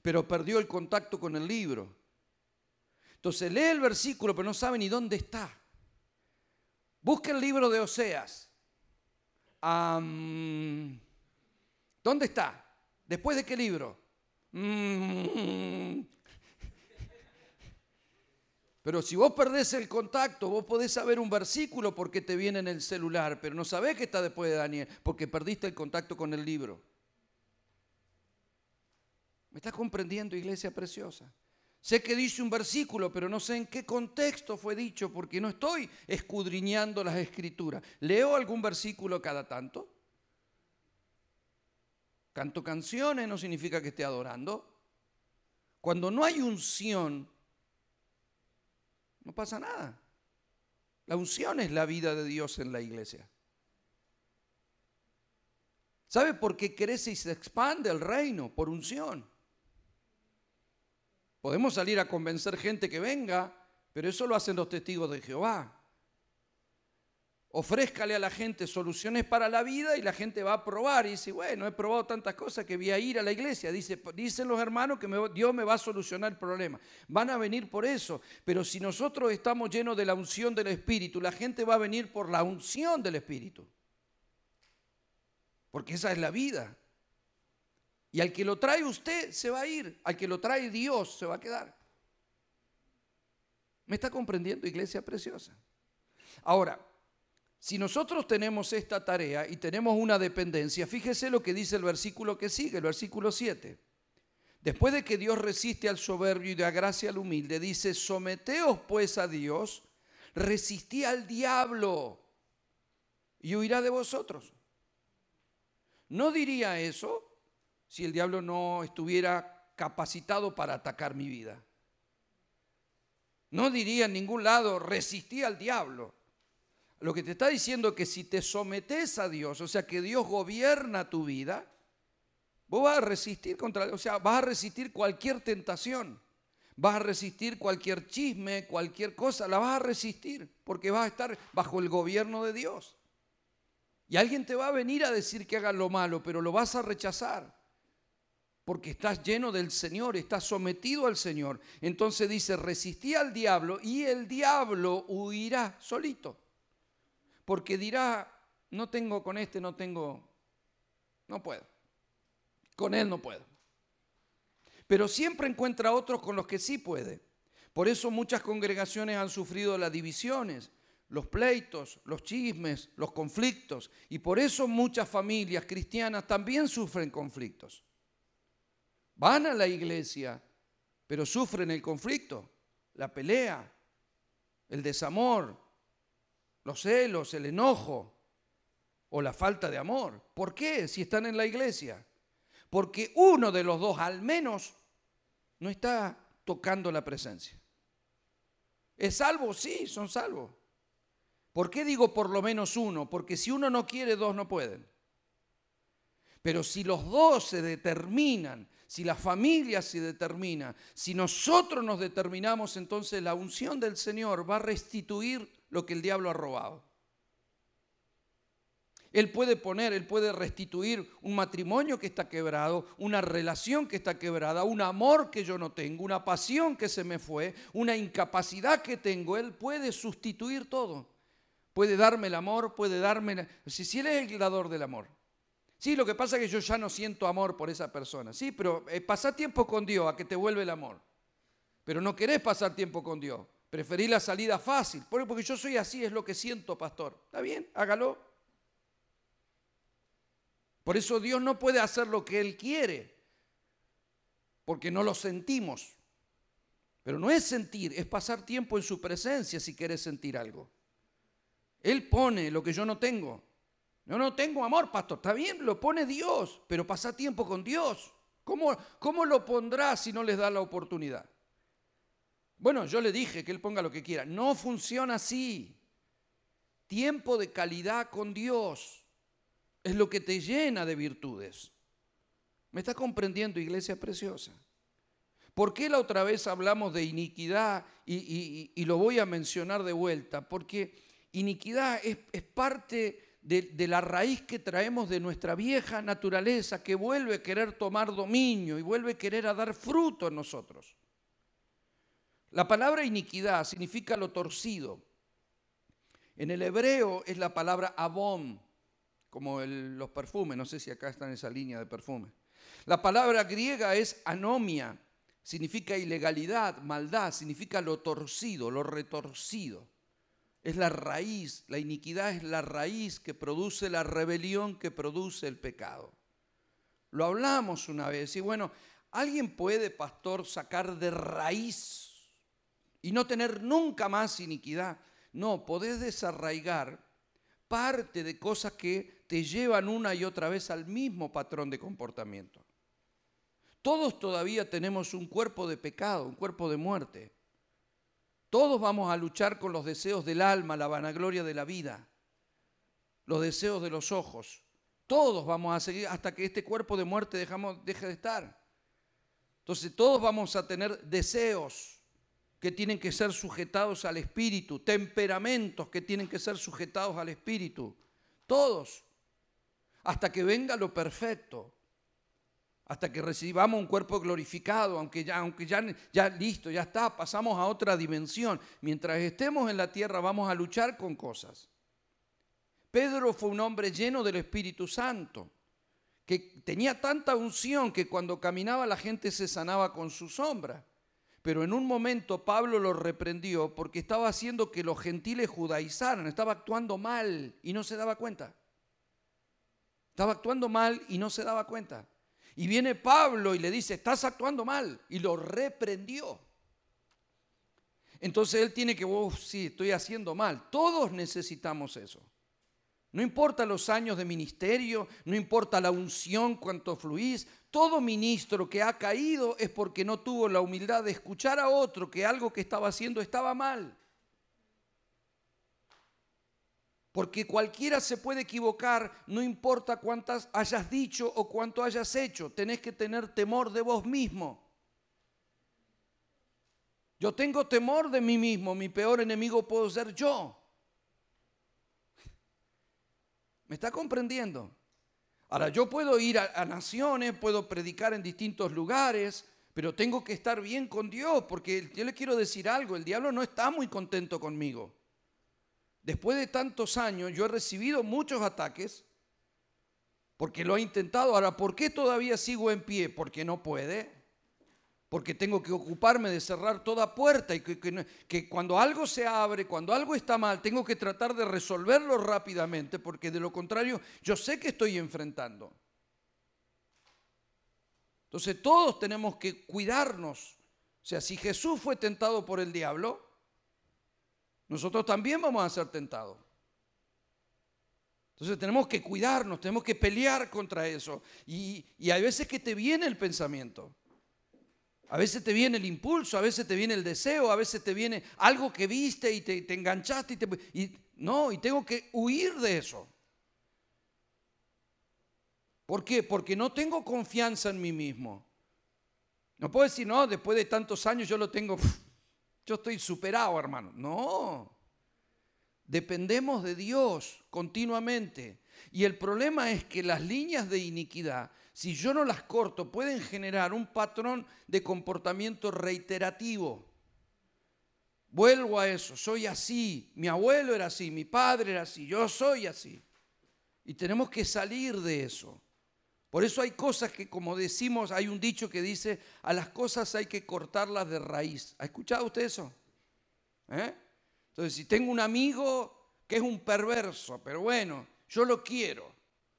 pero perdió el contacto con el libro. Entonces lee el versículo, pero no sabe ni dónde está. Busca el libro de Oseas. ¿Dónde está? ¿Después de qué libro? Pero si vos perdés el contacto, vos podés saber un versículo porque te viene en el celular, pero no sabés que está después de Daniel, porque perdiste el contacto con el libro. ¿Me estás comprendiendo, iglesia preciosa? Sé que dice un versículo, pero no sé en qué contexto fue dicho, porque no estoy escudriñando las Escrituras. ¿Leo algún versículo cada tanto? ¿Canto canciones? No significa que esté adorando. Cuando no hay unción, no pasa nada. La unción es la vida de Dios en la iglesia. ¿Sabe por qué crece y se expande el reino? Por unción. Podemos salir a convencer gente que venga, pero eso lo hacen los testigos de Jehová. Ofrézcale a la gente soluciones para la vida y la gente va a probar y dice, bueno, he probado tantas cosas que voy a ir a la iglesia. Dicen los hermanos que Dios me va a solucionar el problema. Van a venir por eso, pero si nosotros estamos llenos de la unción del Espíritu, la gente va a venir por la unción del Espíritu. Porque esa es la vida. Y al que lo trae usted se va a ir, al que lo trae Dios se va a quedar. ¿Me está comprendiendo, iglesia preciosa? Ahora, si nosotros tenemos esta tarea y tenemos una dependencia, fíjese lo que dice el versículo que sigue, el versículo 7. Después de que Dios resiste al soberbio y da gracia al humilde, dice, someteos pues a Dios, resistí al diablo y huirá de vosotros. ¿No diría eso si el diablo no estuviera capacitado para atacar mi vida? No diría en ningún lado, resistí al diablo. Lo que te está diciendo es que si te sometes a Dios, o sea que Dios gobierna tu vida, vos vas a resistir vas a resistir cualquier tentación, vas a resistir cualquier chisme, cualquier cosa, la vas a resistir porque vas a estar bajo el gobierno de Dios. Y alguien te va a venir a decir que hagas lo malo, pero lo vas a rechazar porque estás lleno del Señor, estás sometido al Señor. Entonces dice, resistí al diablo y el diablo huirá solito. Porque dirá, no tengo con este, no puedo. Con él no puedo. Pero siempre encuentra otros con los que sí puede. Por eso muchas congregaciones han sufrido las divisiones, los pleitos, los chismes, los conflictos. Y por eso muchas familias cristianas también sufren conflictos. Van a la iglesia, pero sufren el conflicto, la pelea, el desamor, los celos, el enojo o la falta de amor. ¿Por qué? Si están en la iglesia. Porque uno de los dos al menos no está tocando la presencia. ¿Es salvo? Sí, son salvos. ¿Por qué digo por lo menos uno? Porque si uno no quiere, dos no pueden. Pero si los dos se determinan, si la familia se determina, si nosotros nos determinamos, entonces la unción del Señor va a restituir lo que el diablo ha robado. Él puede restituir un matrimonio que está quebrado, una relación que está quebrada, un amor que yo no tengo, una pasión que se me fue, una incapacidad que tengo. Él puede sustituir todo. Puede darme el amor, si Él es el dador del amor. Sí, lo que pasa es que yo ya no siento amor por esa persona. Sí, pero pasá tiempo con Dios a que te vuelve el amor. Pero no querés pasar tiempo con Dios. Preferís la salida fácil. Porque yo soy así, es lo que siento, pastor. ¿Está bien? Hágalo. Por eso Dios no puede hacer lo que Él quiere. Porque no lo sentimos. Pero no es sentir, es pasar tiempo en su presencia si querés sentir algo. Él pone lo que yo no tengo. Yo no tengo amor, pastor. Está bien, lo pone Dios, pero pasa tiempo con Dios. ¿Cómo lo pondrá si no les da la oportunidad? Bueno, yo le dije que Él ponga lo que quiera. No funciona así. Tiempo de calidad con Dios es lo que te llena de virtudes. ¿Me está comprendiendo, iglesia preciosa? ¿Por qué la otra vez hablamos de iniquidad y lo voy a mencionar de vuelta? Porque iniquidad es parte de la raíz que traemos de nuestra vieja naturaleza que vuelve a querer tomar dominio y vuelve a querer a dar fruto en nosotros. La palabra iniquidad significa lo torcido. En el hebreo es la palabra avon, como los perfumes, no sé si acá está en esa línea de perfumes. La palabra griega es anomia, significa ilegalidad, maldad, significa lo torcido, lo retorcido. Es la raíz, la iniquidad es la raíz que produce la rebelión, que produce el pecado. Lo hablamos una vez y bueno, ¿alguien puede, pastor, sacar de raíz y no tener nunca más iniquidad? No, podés desarraigar parte de cosas que te llevan una y otra vez al mismo patrón de comportamiento. Todos todavía tenemos un cuerpo de pecado, un cuerpo de muerte. Todos vamos a luchar con los deseos del alma, la vanagloria de la vida, los deseos de los ojos. Todos vamos a seguir hasta que este cuerpo de muerte deje de estar. Entonces todos vamos a tener deseos que tienen que ser sujetados al espíritu, temperamentos que tienen que ser sujetados al espíritu. Todos. Hasta que venga lo perfecto. Hasta que recibamos un cuerpo glorificado, aunque ya listo, ya está, pasamos a otra dimensión. Mientras estemos en la tierra vamos a luchar con cosas. Pedro fue un hombre lleno del Espíritu Santo, que tenía tanta unción que cuando caminaba la gente se sanaba con su sombra. Pero en un momento Pablo lo reprendió porque estaba haciendo que los gentiles judaizaran, estaba actuando mal y no se daba cuenta. Estaba actuando mal y no se daba cuenta. Y viene Pablo y le dice, estás actuando mal, y lo reprendió. Entonces él tiene que, sí, estoy haciendo mal. Todos necesitamos eso. No importa los años de ministerio, no importa la unción, cuánto fluís. Todo ministro que ha caído es porque no tuvo la humildad de escuchar a otro que algo que estaba haciendo estaba mal. Porque cualquiera se puede equivocar, no importa cuántas hayas dicho o cuánto hayas hecho. Tenés que tener temor de vos mismo. Yo tengo temor de mí mismo, mi peor enemigo puedo ser yo. ¿Me está comprendiendo? Ahora, yo puedo ir a naciones, puedo predicar en distintos lugares, pero tengo que estar bien con Dios, porque yo le quiero decir algo, el diablo no está muy contento conmigo. Después de tantos años, yo he recibido muchos ataques, porque lo he intentado. Ahora, ¿por qué todavía sigo en pie? Porque no puede. Porque tengo que ocuparme de cerrar toda puerta y que cuando algo se abre, cuando algo está mal, tengo que tratar de resolverlo rápidamente, porque de lo contrario, yo sé que estoy enfrentando. Entonces, todos tenemos que cuidarnos. O sea, si Jesús fue tentado por el diablo, nosotros también vamos a ser tentados. Entonces tenemos que cuidarnos, tenemos que pelear contra eso. Y hay veces que te viene el pensamiento. A veces te viene el impulso, a veces te viene el deseo, a veces te viene algo que viste y te enganchaste. Y tengo que huir de eso. ¿Por qué? Porque no tengo confianza en mí mismo. No puedo decir, no, después de tantos años yo lo tengo... Yo estoy superado, hermano. No. Dependemos de Dios continuamente. Y el problema es que las líneas de iniquidad, si yo no las corto, pueden generar un patrón de comportamiento reiterativo. Vuelvo a eso, soy así, mi abuelo era así, mi padre era así, yo soy así. Y tenemos que salir de eso. Por eso hay cosas que, como decimos, hay un dicho que dice, a las cosas hay que cortarlas de raíz. ¿Ha escuchado usted eso? Entonces, si tengo un amigo que es un perverso, pero bueno, yo lo quiero.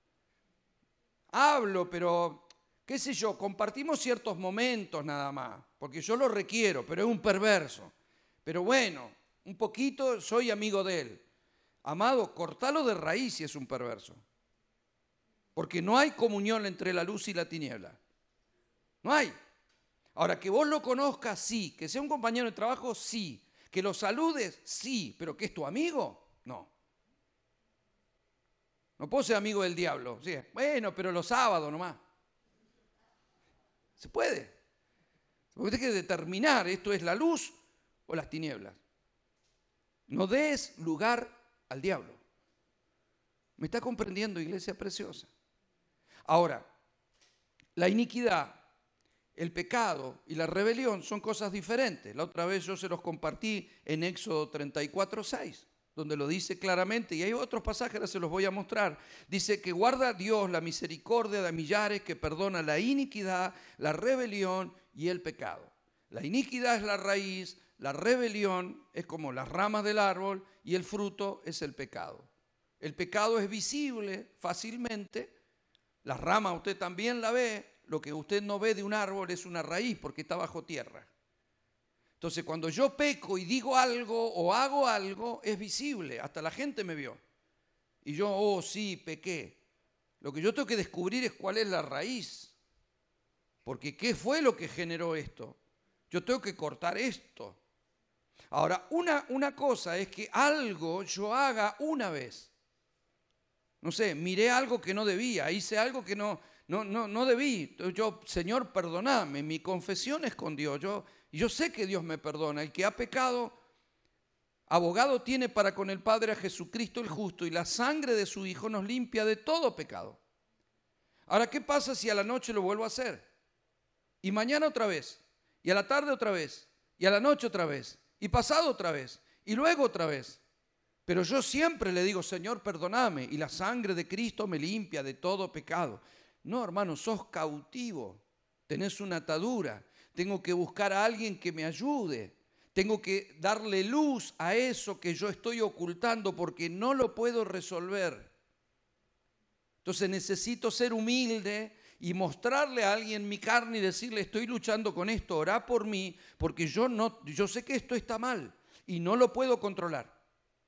Hablo, pero, qué sé yo, compartimos ciertos momentos nada más, porque yo lo requiero, pero es un perverso. Pero bueno, un poquito soy amigo de él. Amado, cortalo de raíz si es un perverso. Porque no hay comunión entre la luz y la tiniebla. No hay. Ahora, que vos lo conozcas, sí. Que sea un compañero de trabajo, sí. Que lo saludes, sí. Pero que es tu amigo, no. No puedo ser amigo del diablo. Sí, bueno, pero los sábados nomás. Se puede. Porque hay que determinar, esto es la luz o las tinieblas. No des lugar al diablo. ¿Me está comprendiendo, iglesia preciosa? Ahora, la iniquidad, el pecado y la rebelión son cosas diferentes. La otra vez yo se los compartí en Éxodo 34:6, donde lo dice claramente, y hay otros pasajes, ahora se los voy a mostrar. Dice que guarda Dios la misericordia de millares, que perdona la iniquidad, la rebelión y el pecado. La iniquidad es la raíz, la rebelión es como las ramas del árbol y el fruto es el pecado. El pecado es visible fácilmente, la rama usted también la ve, lo que usted no ve de un árbol es una raíz porque está bajo tierra. Entonces cuando yo peco y digo algo o hago algo, es visible, hasta la gente me vio. Y yo, oh sí, pequé. Lo que yo tengo que descubrir es cuál es la raíz, porque ¿qué fue lo que generó esto? Yo tengo que cortar esto. Ahora, una cosa es que algo yo haga una vez. No sé, miré algo que no debía, hice algo que no debí. Yo, Señor, perdóname, mi confesión es con Dios. Yo sé que Dios me perdona. El que ha pecado, abogado tiene para con el Padre a Jesucristo el justo, y la sangre de su Hijo nos limpia de todo pecado. Ahora, ¿qué pasa si a la noche lo vuelvo a hacer? Y mañana otra vez, y a la tarde otra vez, y a la noche otra vez, y pasado otra vez, y luego otra vez. Pero yo siempre le digo, Señor, perdóname, y la sangre de Cristo me limpia de todo pecado. No, hermano, sos cautivo, tenés una atadura, tengo que buscar a alguien que me ayude, tengo que darle luz a eso que yo estoy ocultando porque no lo puedo resolver. Entonces necesito ser humilde y mostrarle a alguien mi carne y decirle, estoy luchando con esto, orá por mí, porque yo sé que esto está mal y no lo puedo controlar.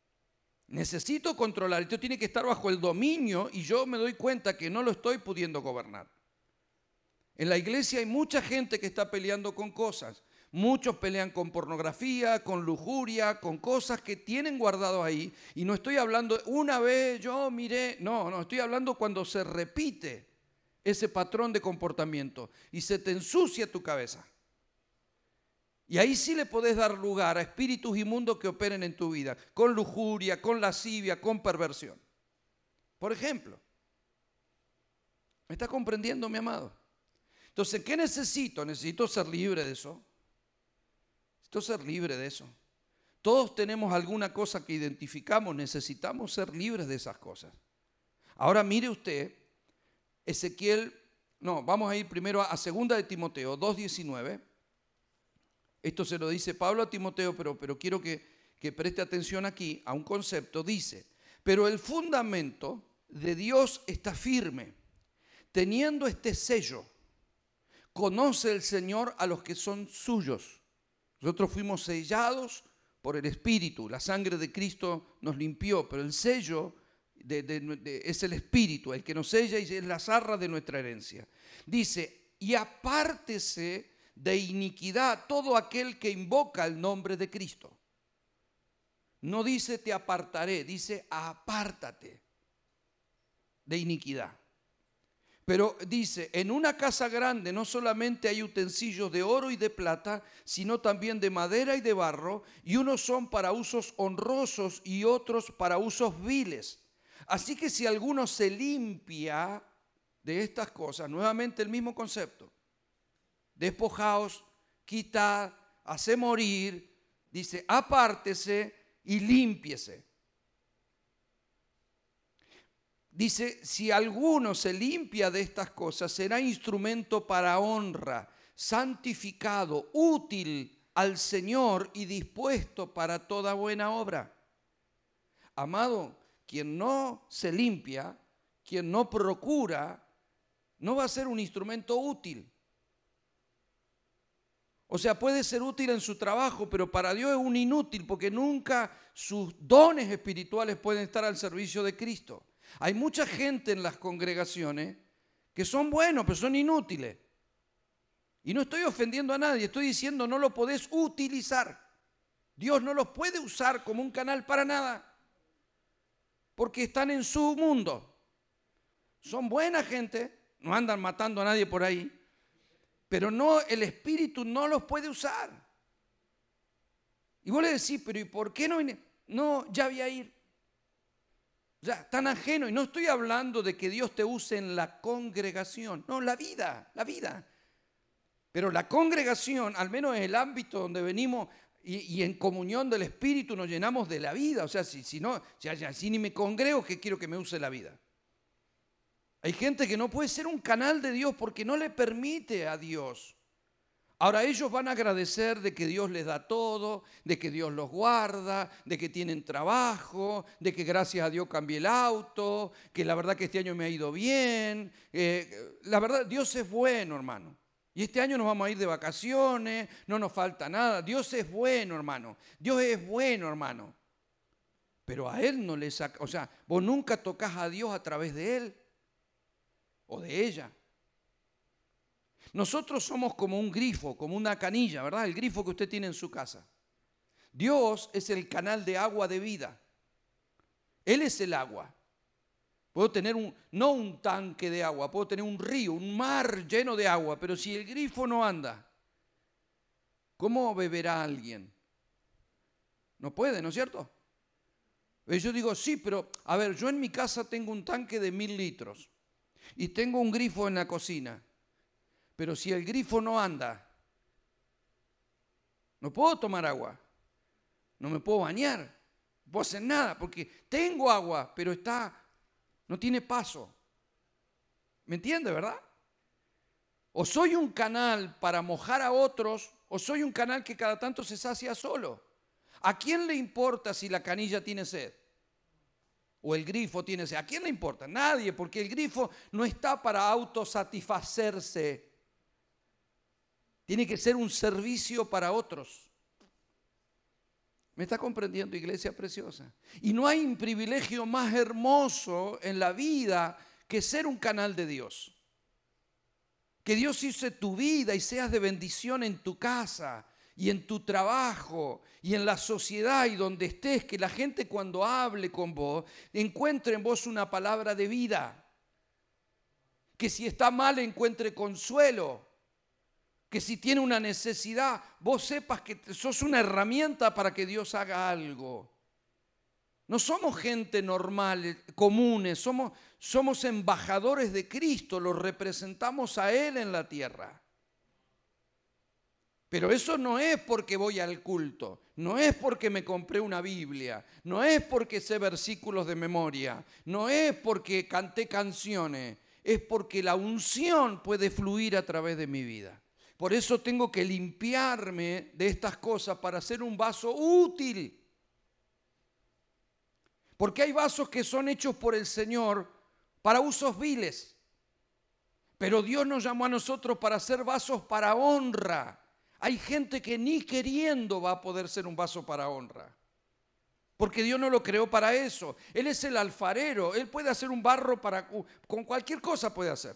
Necesito controlar, esto tiene que estar bajo el dominio y yo me doy cuenta que no lo estoy pudiendo gobernar. En la iglesia hay mucha gente que está peleando con cosas. Muchos pelean con pornografía, con lujuria, con cosas que tienen guardado ahí. Y no estoy hablando una vez yo miré, no, estoy hablando cuando se repite ese patrón de comportamiento y se te ensucia tu cabeza. Y ahí sí le podés dar lugar a espíritus inmundos que operen en tu vida, con lujuria, con lascivia, con perversión. Por ejemplo, ¿me está comprendiendo, mi amado? Entonces, ¿qué necesito? Necesito ser libre de eso. Necesito ser libre de eso. Todos tenemos alguna cosa que identificamos, necesitamos ser libres de esas cosas. Ahora mire usted, vamos a ir primero a 2 de Timoteo 2:19. Esto se lo dice Pablo a Timoteo, pero quiero que preste atención aquí a un concepto. Dice, pero el fundamento de Dios está firme, teniendo este sello. Conoce el Señor a los que son suyos. Nosotros fuimos sellados por el Espíritu. La sangre de Cristo nos limpió, pero el sello es el Espíritu, el que nos sella y es las arras de nuestra herencia. Dice, y apártese de iniquidad todo aquel que invoca el nombre de Cristo. No dice te apartaré, dice apártate de iniquidad. Pero dice, en una casa grande no solamente hay utensilios de oro y de plata, sino también de madera y de barro, y unos son para usos honrosos y otros para usos viles. Así que si alguno se limpia de estas cosas, nuevamente el mismo concepto, despojaos, quitad, hace morir, dice, apártese y límpiese. Dice, si alguno se limpia de estas cosas, será instrumento para honra, santificado, útil al Señor y dispuesto para toda buena obra. Amado, quien no se limpia, quien no procura, no va a ser un instrumento útil. O sea, puede ser útil en su trabajo, pero para Dios es un inútil porque nunca sus dones espirituales pueden estar al servicio de Cristo. Hay mucha gente en las congregaciones que son buenos, pero son inútiles. Y no estoy ofendiendo a nadie, estoy diciendo no lo podés utilizar. Dios no los puede usar como un canal para nada, porque están en su mundo. Son buena gente, no andan matando a nadie por ahí, pero no, el Espíritu no los puede usar. Y vos le decís, pero ¿y por qué no vine? No, ya voy a ir. O sea, tan ajeno. Y no estoy hablando de que Dios te use en la congregación. No, la vida, la vida. Pero la congregación, al menos en el ámbito donde venimos y en comunión del Espíritu nos llenamos de la vida. O sea, si ni me congrego, ¿qué quiero que me use la vida? Hay gente que no puede ser un canal de Dios porque no le permite a Dios. Ahora ellos van a agradecer de que Dios les da todo, de que Dios los guarda, de que tienen trabajo, de que gracias a Dios cambié el auto, que la verdad que este año me ha ido bien. La verdad, Dios es bueno, hermano. Y este año nos vamos a ir de vacaciones, no nos falta nada. Dios es bueno, hermano. Dios es bueno, hermano. Pero a Él no le saca, o sea, vos nunca tocas a Dios a través de Él o de ella. Nosotros somos como un grifo, como una canilla, ¿verdad? El grifo que usted tiene en su casa. Dios es el canal de agua de vida. Él es el agua. Puedo tener no un tanque de agua, puedo tener un río, un mar lleno de agua, pero si el grifo no anda, ¿cómo beberá alguien? No puede, ¿no es cierto? Yo digo, sí, pero a ver, yo en mi casa tengo un tanque de 1000 litros y tengo un grifo en la cocina. Pero si el grifo no anda, no puedo tomar agua, no me puedo bañar, no puedo hacer nada, porque tengo agua, pero no tiene paso. ¿Me entiende, verdad? O soy un canal para mojar a otros, o soy un canal que cada tanto se sacia solo. ¿A quién le importa si la canilla tiene sed? O el grifo tiene sed. ¿A quién le importa? Nadie, porque el grifo no está para autosatisfacerse. Tiene que ser un servicio para otros. ¿Me está comprendiendo, iglesia preciosa? Y no hay un privilegio más hermoso en la vida que ser un canal de Dios. Que Dios use tu vida y seas de bendición en tu casa y en tu trabajo y en la sociedad y donde estés. Que la gente cuando hable con vos encuentre en vos una palabra de vida. Que si está mal encuentre consuelo. Que si tiene una necesidad, vos sepas que sos una herramienta para que Dios haga algo. No somos gente normal, comunes, somos embajadores de Cristo, los representamos a Él en la tierra. Pero eso no es porque voy al culto, no es porque me compré una Biblia, no es porque sé versículos de memoria, no es porque canté canciones, es porque la unción puede fluir a través de mi vida. Por eso tengo que limpiarme de estas cosas para ser un vaso útil. Porque hay vasos que son hechos por el Señor para usos viles. Pero Dios nos llamó a nosotros para ser vasos para honra. Hay gente que ni queriendo va a poder ser un vaso para honra. Porque Dios no lo creó para eso. Él es el alfarero. Él puede hacer un barro con cualquier cosa puede hacer.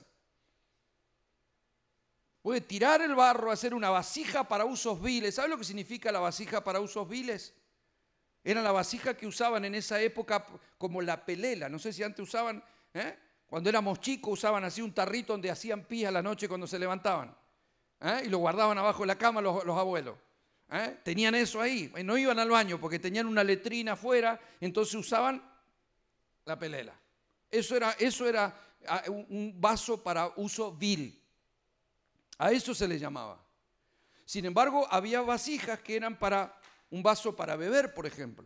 Puede tirar el barro, hacer una vasija para usos viles. ¿Sabe lo que significa la vasija para usos viles? Era la vasija que usaban en esa época como la pelela. No sé si antes usaban, cuando éramos chicos usaban así un tarrito donde hacían pis a la noche cuando se levantaban. Y lo guardaban abajo de la cama los abuelos. Tenían eso ahí. No iban al baño porque tenían una letrina afuera, entonces usaban la pelela. Eso era un vaso para uso vil. A eso se le llamaba. Sin embargo, había vasijas que eran para un vaso para beber, por ejemplo.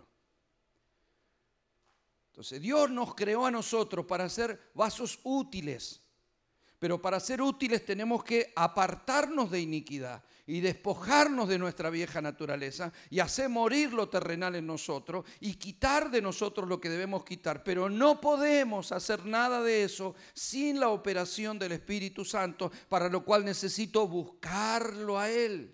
Entonces, Dios nos creó a nosotros para ser vasos útiles. Pero para ser útiles tenemos que apartarnos de iniquidad y despojarnos de nuestra vieja naturaleza y hacer morir lo terrenal en nosotros y quitar de nosotros lo que debemos quitar. Pero no podemos hacer nada de eso sin la operación del Espíritu Santo, para lo cual necesito buscarlo a Él.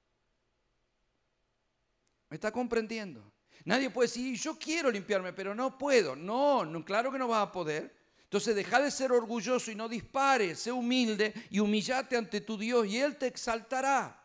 ¿Me está comprendiendo? Nadie puede decir, yo quiero limpiarme, pero no puedo. No, claro que no vas a poder. Entonces deja de ser orgulloso y no dispares, sé humilde y humillate ante tu Dios y Él te exaltará.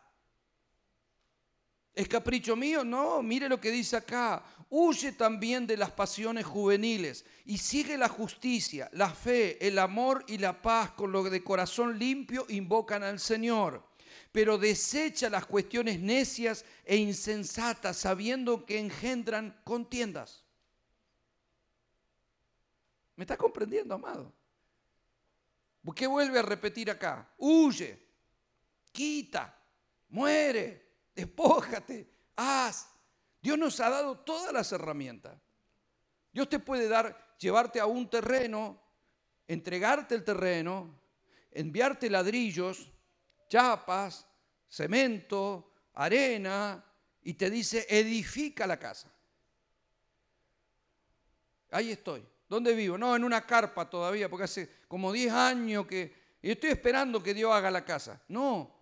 ¿Es capricho mío? No, mire lo que dice acá. Huye también de las pasiones juveniles y sigue la justicia, la fe, el amor y la paz, con lo que de corazón limpio invocan al Señor. Pero desecha las cuestiones necias e insensatas, sabiendo que engendran contiendas. ¿Me está comprendiendo, amado? ¿Por qué vuelve a repetir acá? Huye, quita, muere, despójate, haz. Dios nos ha dado todas las herramientas. Dios te puede llevarte a un terreno, entregarte el terreno, enviarte ladrillos, chapas, cemento, arena, y te dice, edifica la casa. Ahí estoy. ¿Dónde vivo? No, en una carpa todavía, porque hace como 10 años que estoy esperando que Dios haga la casa. No.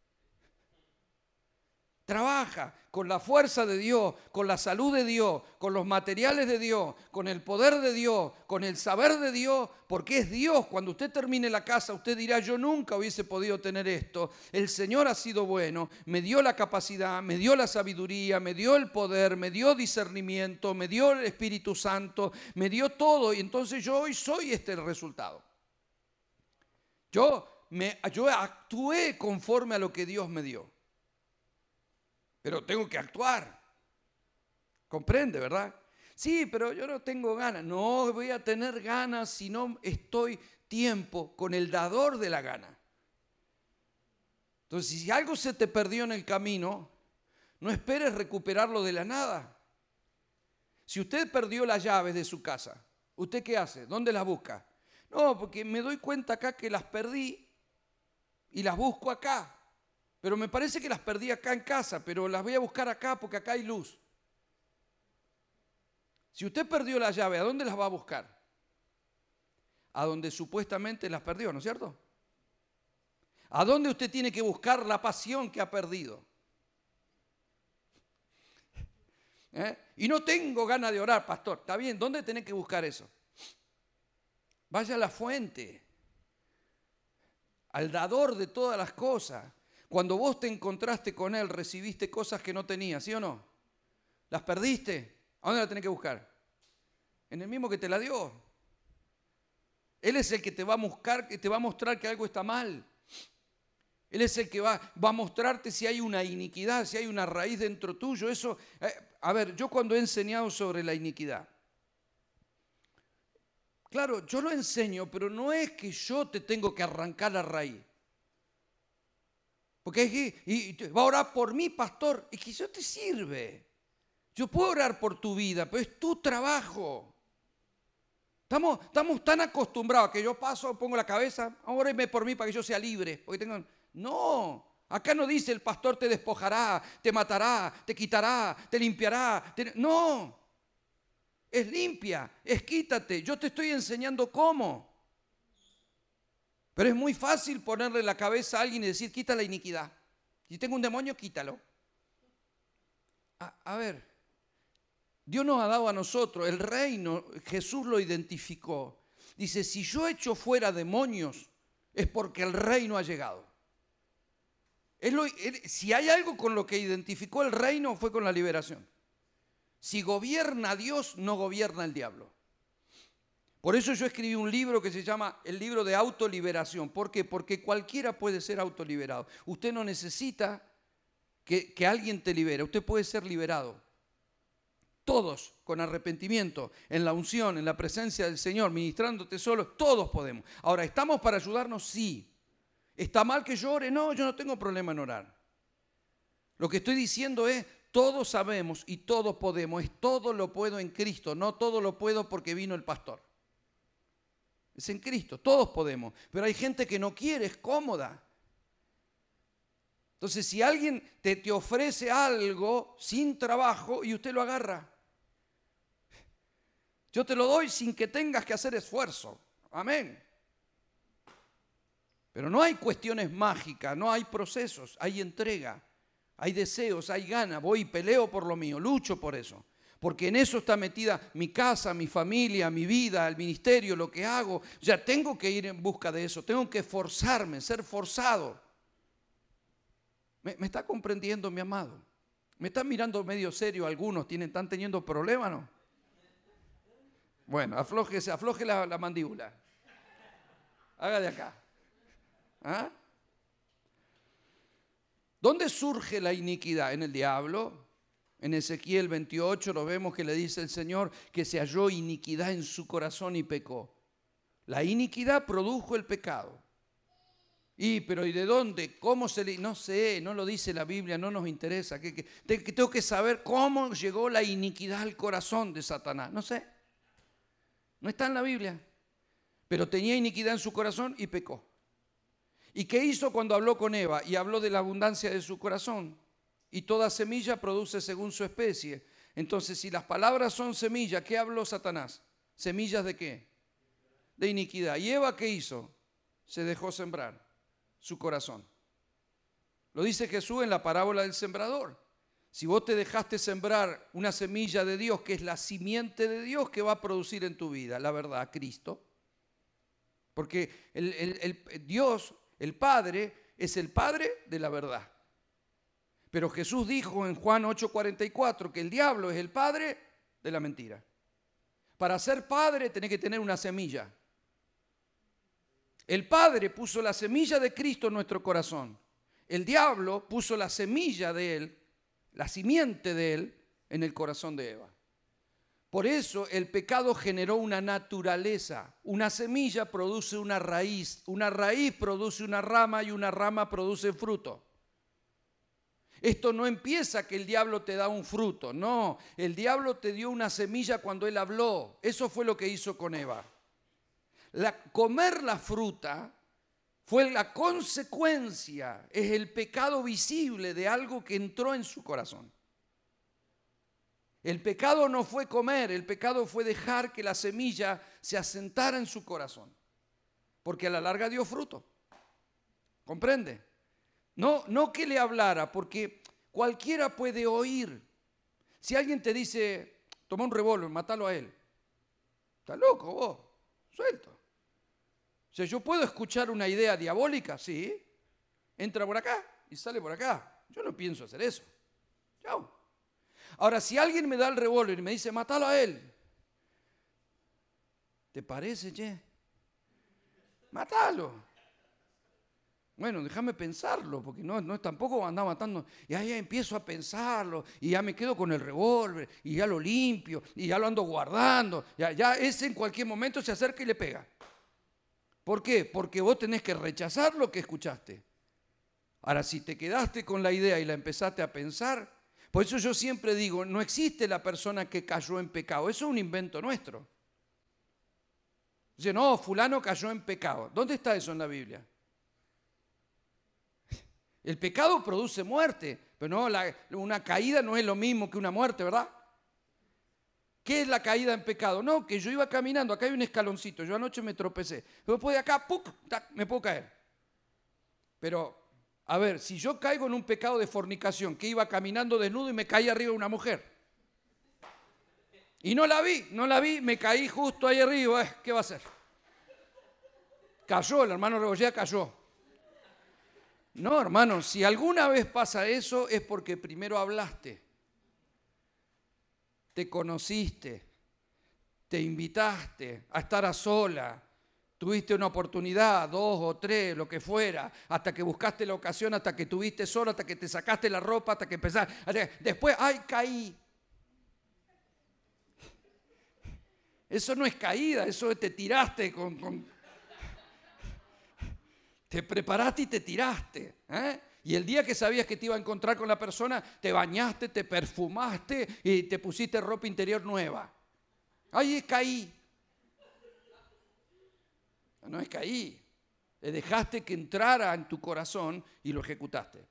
Trabaja con la fuerza de Dios, con la salud de Dios, con los materiales de Dios, con el poder de Dios, con el saber de Dios, porque es Dios. Cuando usted termine la casa, usted dirá, yo nunca hubiese podido tener esto. El Señor ha sido bueno, me dio la capacidad, me dio la sabiduría, me dio el poder, me dio discernimiento, me dio el Espíritu Santo, me dio todo, y entonces yo hoy soy este resultado. Yo actué conforme a lo que Dios me dio. Pero tengo que actuar. ¿Comprende, verdad? Sí, pero yo no tengo ganas. No voy a tener ganas si no estoy tiempo con el dador de la gana. Entonces, si algo se te perdió en el camino, no esperes recuperarlo de la nada. Si usted perdió las llaves de su casa, ¿usted qué hace? ¿Dónde las busca? No, porque me doy cuenta acá que las perdí y las busco acá. Pero me parece que las perdí acá en casa, pero las voy a buscar acá porque acá hay luz. Si usted perdió la llave, ¿a dónde las va a buscar? A donde supuestamente las perdió, ¿no es cierto? ¿A dónde usted tiene que buscar la pasión que ha perdido? Y no tengo ganas de orar, pastor. Está bien, ¿dónde tenés que buscar eso? Vaya a la fuente, al dador de todas las cosas. Cuando vos te encontraste con Él, recibiste cosas que no tenías, ¿sí o no? ¿Las perdiste? ¿A dónde las tenés que buscar? En el mismo que te la dio. Él es el que te va a buscar, que te va a mostrar que algo está mal. Él es el que va a mostrarte si hay una iniquidad, si hay una raíz dentro tuyo. Eso, a ver, yo cuando he enseñado sobre la iniquidad, claro, yo lo enseño, pero no es que yo te tengo que arrancar la raíz. Porque va a orar por mí, pastor, y que eso te sirve. Yo puedo orar por tu vida, pero es tu trabajo. Estamos tan acostumbrados a que yo paso, pongo la cabeza, óreme por mí para que yo sea libre. No, acá no dice el pastor te despojará, te matará, te quitará, te limpiará. No, es limpia, es quítate. Yo te estoy enseñando cómo. Pero es muy fácil ponerle la cabeza a alguien y decir, quita la iniquidad. Si tengo un demonio, quítalo. A ver, Dios nos ha dado a nosotros el reino, Jesús lo identificó. Dice, si yo echo fuera demonios, es porque el reino ha llegado. Si hay algo con lo que identificó el reino, fue con la liberación. Si gobierna Dios, no gobierna el diablo. Por eso yo escribí un libro que se llama el libro de autoliberación. ¿Por qué? Porque cualquiera puede ser autoliberado. Usted no necesita que alguien te libere. Usted puede ser liberado. Todos, con arrepentimiento, en la unción, en la presencia del Señor, ministrándote solo, todos podemos. Ahora, ¿estamos para ayudarnos? Sí. ¿Está mal que yo ore? No, yo no tengo problema en orar. Lo que estoy diciendo es, todos sabemos y todos podemos. Es todo lo puedo en Cristo, no todo lo puedo porque vino el pastor. Es en Cristo, todos podemos, pero hay gente que no quiere, es cómoda. Entonces, si alguien te ofrece algo sin trabajo y usted lo agarra, yo te lo doy sin que tengas que hacer esfuerzo. Amén. Pero no hay cuestiones mágicas, no hay procesos, hay entrega, hay deseos, hay ganas. Voy y peleo por lo mío, lucho por eso. Porque en eso está metida mi casa, mi familia, mi vida, el ministerio, lo que hago. O sea, tengo que ir en busca de eso, tengo que forzarme, ser forzado. ¿Me está comprendiendo, mi amado? ¿Me están mirando medio serio algunos? ¿Están teniendo problemas, no? Bueno, afloje la mandíbula. Haga de acá. ¿Ah? ¿Dónde surge la iniquidad? En el diablo, En Ezequiel 28 lo vemos que le dice el Señor que se halló iniquidad en su corazón y pecó. La iniquidad produjo el pecado. Pero ¿y de dónde? ¿Cómo se le...? No sé, no lo dice la Biblia, no nos interesa. Tengo que saber cómo llegó la iniquidad al corazón de Satanás. No sé. No está en la Biblia. Pero tenía iniquidad en su corazón y pecó. ¿Y qué hizo cuando habló con Eva? Y habló de la abundancia de su corazón. Y toda semilla produce según su especie. Entonces, si las palabras son semillas, ¿qué habló Satanás? ¿Semillas de qué? De iniquidad. ¿Y Eva qué hizo? Se dejó sembrar su corazón. Lo dice Jesús en la parábola del sembrador. Si vos te dejaste sembrar una semilla de Dios, que es la simiente de Dios, ¿qué va a producir en tu vida? La verdad, Cristo. Porque Dios, el Padre, es el Padre de la verdad. Pero Jesús dijo en Juan 8:44 que el diablo es el padre de la mentira. Para ser padre tenés que tener una semilla. El Padre puso la semilla de Cristo en nuestro corazón. El diablo puso la semilla de él, la simiente de él, en el corazón de Eva. Por eso el pecado generó una naturaleza. Una semilla produce una raíz produce una rama y una rama produce fruto. Esto no empieza que el diablo te da un fruto, no. El diablo te dio una semilla cuando él habló. Eso fue lo que hizo con Eva. Comer la fruta fue la consecuencia, es el pecado visible de algo que entró en su corazón. El pecado no fue comer, el pecado fue dejar que la semilla se asentara en su corazón, porque a la larga dio fruto. ¿Comprende? No que le hablara, porque cualquiera puede oír. Si alguien te dice, toma un revólver, mátalo a él. ¿Estás loco vos? Suelto. O sea, yo puedo escuchar una idea diabólica, sí. Entra por acá y sale por acá. Yo no pienso hacer eso. Chao. Ahora, si alguien me da el revólver y me dice, mátalo a él. ¿Te parece, che? Mátalo. Bueno, déjame pensarlo, porque no tampoco andar matando. Y ahí ya empiezo a pensarlo, y ya me quedo con el revólver, y ya lo limpio, y ya lo ando guardando. Ya ese en cualquier momento se acerca y le pega. ¿Por qué? Porque vos tenés que rechazar lo que escuchaste. Ahora, si te quedaste con la idea y la empezaste a pensar, por eso yo siempre digo, no existe la persona que cayó en pecado. Eso es un invento nuestro. Dice, no, fulano cayó en pecado. ¿Dónde está eso en la Biblia? El pecado produce muerte, pero no, una caída no es lo mismo que una muerte, ¿verdad? ¿Qué es la caída en pecado? No, que yo iba caminando, acá hay un escaloncito, yo anoche me tropecé. Después de acá, ¡puc!, me puedo caer. Pero, a ver, si yo caigo en un pecado de fornicación, que iba caminando desnudo y me caí arriba de una mujer. Y no la vi, me caí justo ahí arriba, ¿qué va a hacer? Cayó, el hermano Rebollea cayó. No, hermano, si alguna vez pasa eso es porque primero hablaste. Te conociste, te invitaste a estar a sola, tuviste una oportunidad, 2 o 3, lo que fuera, hasta que buscaste la ocasión, hasta que tuviste solo, hasta que te sacaste la ropa, hasta que empezaste. Después, ¡ay, caí! Eso no es caída, eso es te tiraste te preparaste y te tiraste, ¿eh? Y el día que sabías que te iba a encontrar con la persona, te bañaste, te perfumaste y te pusiste ropa interior nueva. Ahí caí. No es caí. Le dejaste que entrara en tu corazón y lo ejecutaste.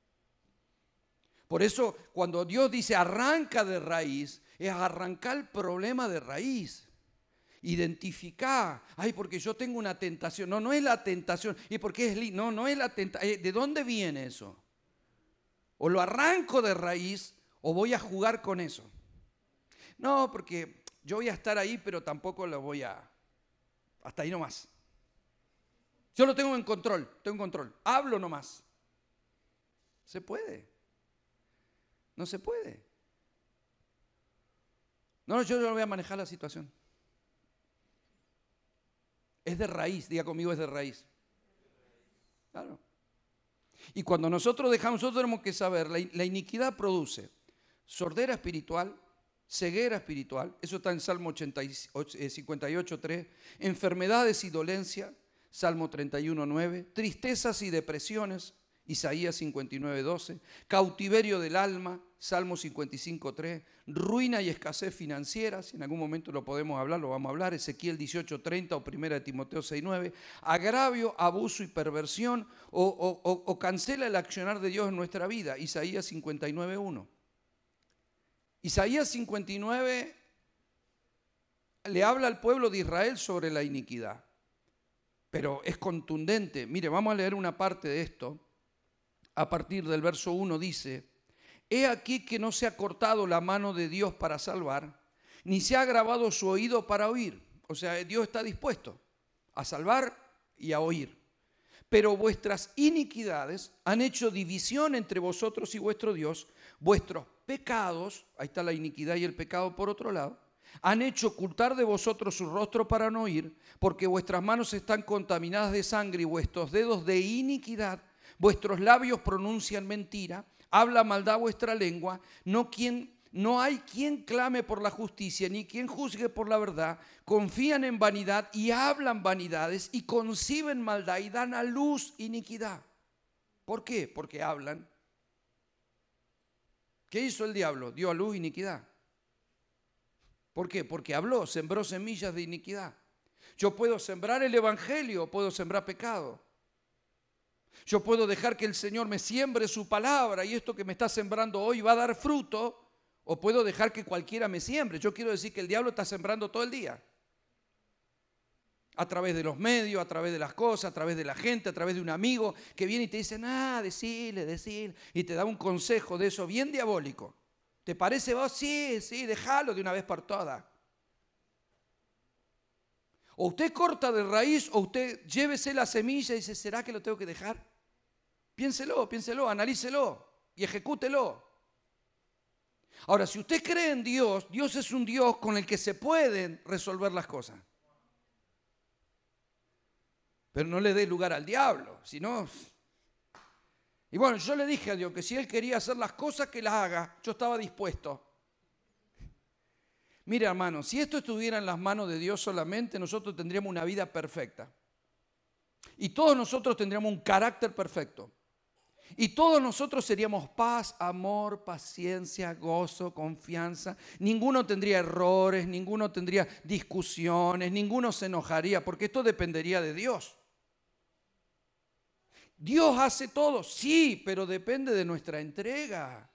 Por eso, cuando Dios dice arranca de raíz, es arrancar el problema de raíz. Identificar, porque yo tengo una tentación. No es la tentación. ¿Y por qué es no es la tentación? ¿De dónde viene eso? O lo arranco de raíz o voy a jugar con eso. No, porque yo voy a estar ahí, pero tampoco lo voy a... Hasta ahí nomás. Yo lo tengo en control, hablo nomás. ¿Se puede? No se puede. No, yo no voy a manejar la situación. Es de raíz, diga conmigo, es de raíz. Claro. Y cuando nosotros tenemos que saber, la iniquidad produce sordera espiritual, ceguera espiritual, eso está en Salmo 58:3, enfermedades y dolencia, Salmo 31:9, tristezas y depresiones, Isaías 59:12, cautiverio del alma, Salmo 55:3, ruina y escasez financiera, si en algún momento lo podemos hablar, lo vamos a hablar, Ezequiel 18:30 o 1 Timoteo 6:9, agravio, abuso y perversión, o cancela el accionar de Dios en nuestra vida, Isaías 59:1. Isaías 59 le habla al pueblo de Israel sobre la iniquidad, pero es contundente. Mire, vamos a leer una parte de esto. A partir del verso 1 dice: he aquí que no se ha cortado la mano de Dios para salvar, ni se ha agravado su oído para oír. O sea, Dios está dispuesto a salvar y a oír. Pero vuestras iniquidades han hecho división entre vosotros y vuestro Dios. Vuestros pecados, ahí está la iniquidad y el pecado por otro lado, han hecho ocultar de vosotros su rostro para no oír, porque vuestras manos están contaminadas de sangre y vuestros dedos de iniquidad. Vuestros labios pronuncian mentira, habla maldad vuestra lengua, no hay quien clame por la justicia, ni quien juzgue por la verdad. Confían en vanidad y hablan vanidades y conciben maldad y dan a luz iniquidad. ¿Por qué? Porque hablan. ¿Qué hizo el diablo? Dio a luz iniquidad. ¿Por qué? Porque habló, sembró semillas de iniquidad. Yo puedo sembrar el evangelio o puedo sembrar pecado. Yo puedo dejar que el Señor me siembre su palabra y esto que me está sembrando hoy va a dar fruto, o puedo dejar que cualquiera me siembre. Yo quiero decir que el diablo está sembrando todo el día. A través de los medios, a través de las cosas, a través de la gente, a través de un amigo que viene y te dice, decile, y te da un consejo de eso bien diabólico. ¿Te parece vos? Sí, déjalo de una vez por todas. O usted corta de raíz o usted llévese la semilla y dice, ¿será que lo tengo que dejar? Piénselo, analícelo y ejecútelo. Ahora, si usted cree en Dios, Dios es un Dios con el que se pueden resolver las cosas. Pero no le dé lugar al diablo, si no... Y bueno, yo le dije a Dios que si Él quería hacer las cosas, que las haga. Yo estaba dispuesto. Mire, hermano, si esto estuviera en las manos de Dios solamente, nosotros tendríamos una vida perfecta. Y todos nosotros tendríamos un carácter perfecto. Y todos nosotros seríamos paz, amor, paciencia, gozo, confianza. Ninguno tendría errores, ninguno tendría discusiones, ninguno se enojaría, porque esto dependería de Dios. Dios hace todo, sí, pero depende de nuestra entrega.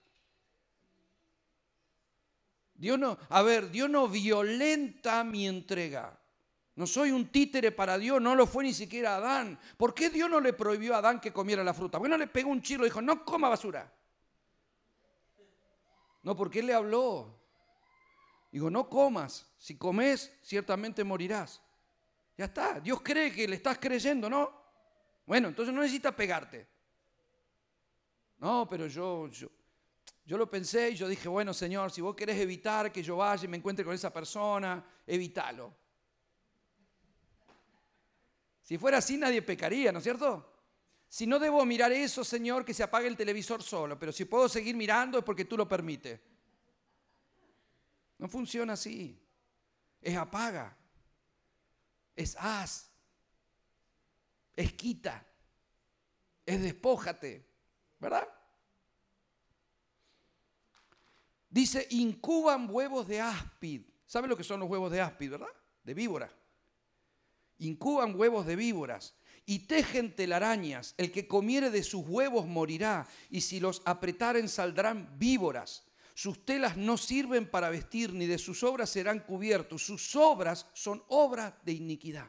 Dios no violenta mi entrega. No soy un títere para Dios, no lo fue ni siquiera Adán. ¿Por qué Dios no le prohibió a Adán que comiera la fruta? ¿Por qué no le pegó un chirlo y dijo, no coma basura? No, porque Él le habló. Digo, no comas, si comes ciertamente morirás. Ya está, Dios cree que le estás creyendo, ¿no? Bueno, entonces no necesitas pegarte. No, pero yo lo pensé y yo dije, bueno, Señor, si vos querés evitar que yo vaya y me encuentre con esa persona, evítalo. Si fuera así, nadie pecaría, ¿no es cierto? Si no debo mirar eso, Señor, que se apague el televisor solo, pero si puedo seguir mirando es porque tú lo permites. No funciona así. Es apaga, es haz, es quita, es despójate, ¿verdad? Dice, incuban huevos de áspid. ¿Sabe lo que son los huevos de áspid, verdad? De víbora. Incuban huevos de víboras y tejen telarañas. El que comiere de sus huevos morirá, y si los apretaren saldrán víboras. Sus telas no sirven para vestir, ni de sus obras serán cubiertos. Sus obras son obras de iniquidad.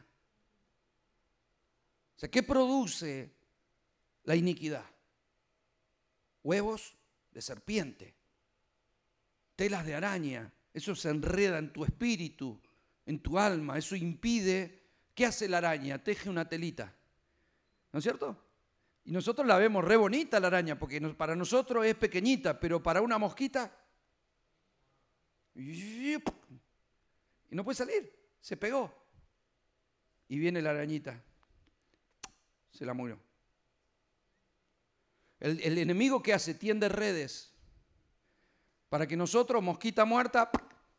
O sea, ¿qué produce la iniquidad? Huevos de serpiente, telas de araña. Eso se enreda en tu espíritu, en tu alma. Eso impide. ¿Qué hace la araña? Teje una telita, ¿no es cierto? Y nosotros la vemos re bonita la araña, porque para nosotros es pequeñita, pero para una mosquita, y no puede salir, se pegó. Y viene la arañita, se la murió. El enemigo, ¿qué hace? Tiende redes. Para que nosotros, mosquita muerta,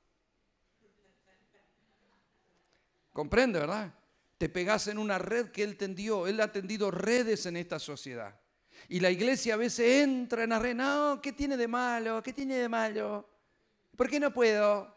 comprende, ¿verdad? Te pegás en una red que Él tendió. Él ha tendido redes en esta sociedad. Y la iglesia a veces entra en la red. No, ¿qué tiene de malo? ¿Qué tiene de malo? ¿Por qué no puedo?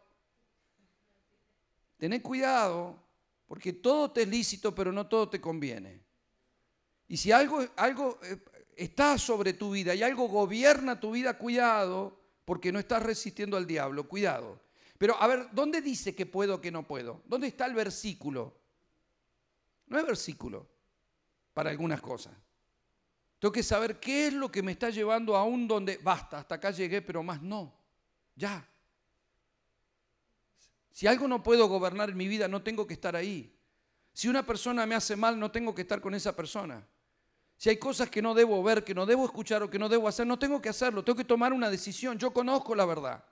Tened cuidado, porque todo te es lícito, pero no todo te conviene. Y si algo está sobre tu vida y algo gobierna tu vida, cuidado, porque no estás resistiendo al diablo, cuidado. Pero a ver, ¿dónde dice que puedo, que no puedo? ¿Dónde está el versículo? No hay versículo para algunas cosas. Tengo que saber qué es lo que me está llevando a un donde, basta, hasta acá llegué, pero más no, ya. Si algo no puedo gobernar en mi vida, no tengo que estar ahí. Si una persona me hace mal, no tengo que estar con esa persona. Si hay cosas que no debo ver, que no debo escuchar o que no debo hacer, no tengo que hacerlo, tengo que tomar una decisión. Yo conozco la verdad.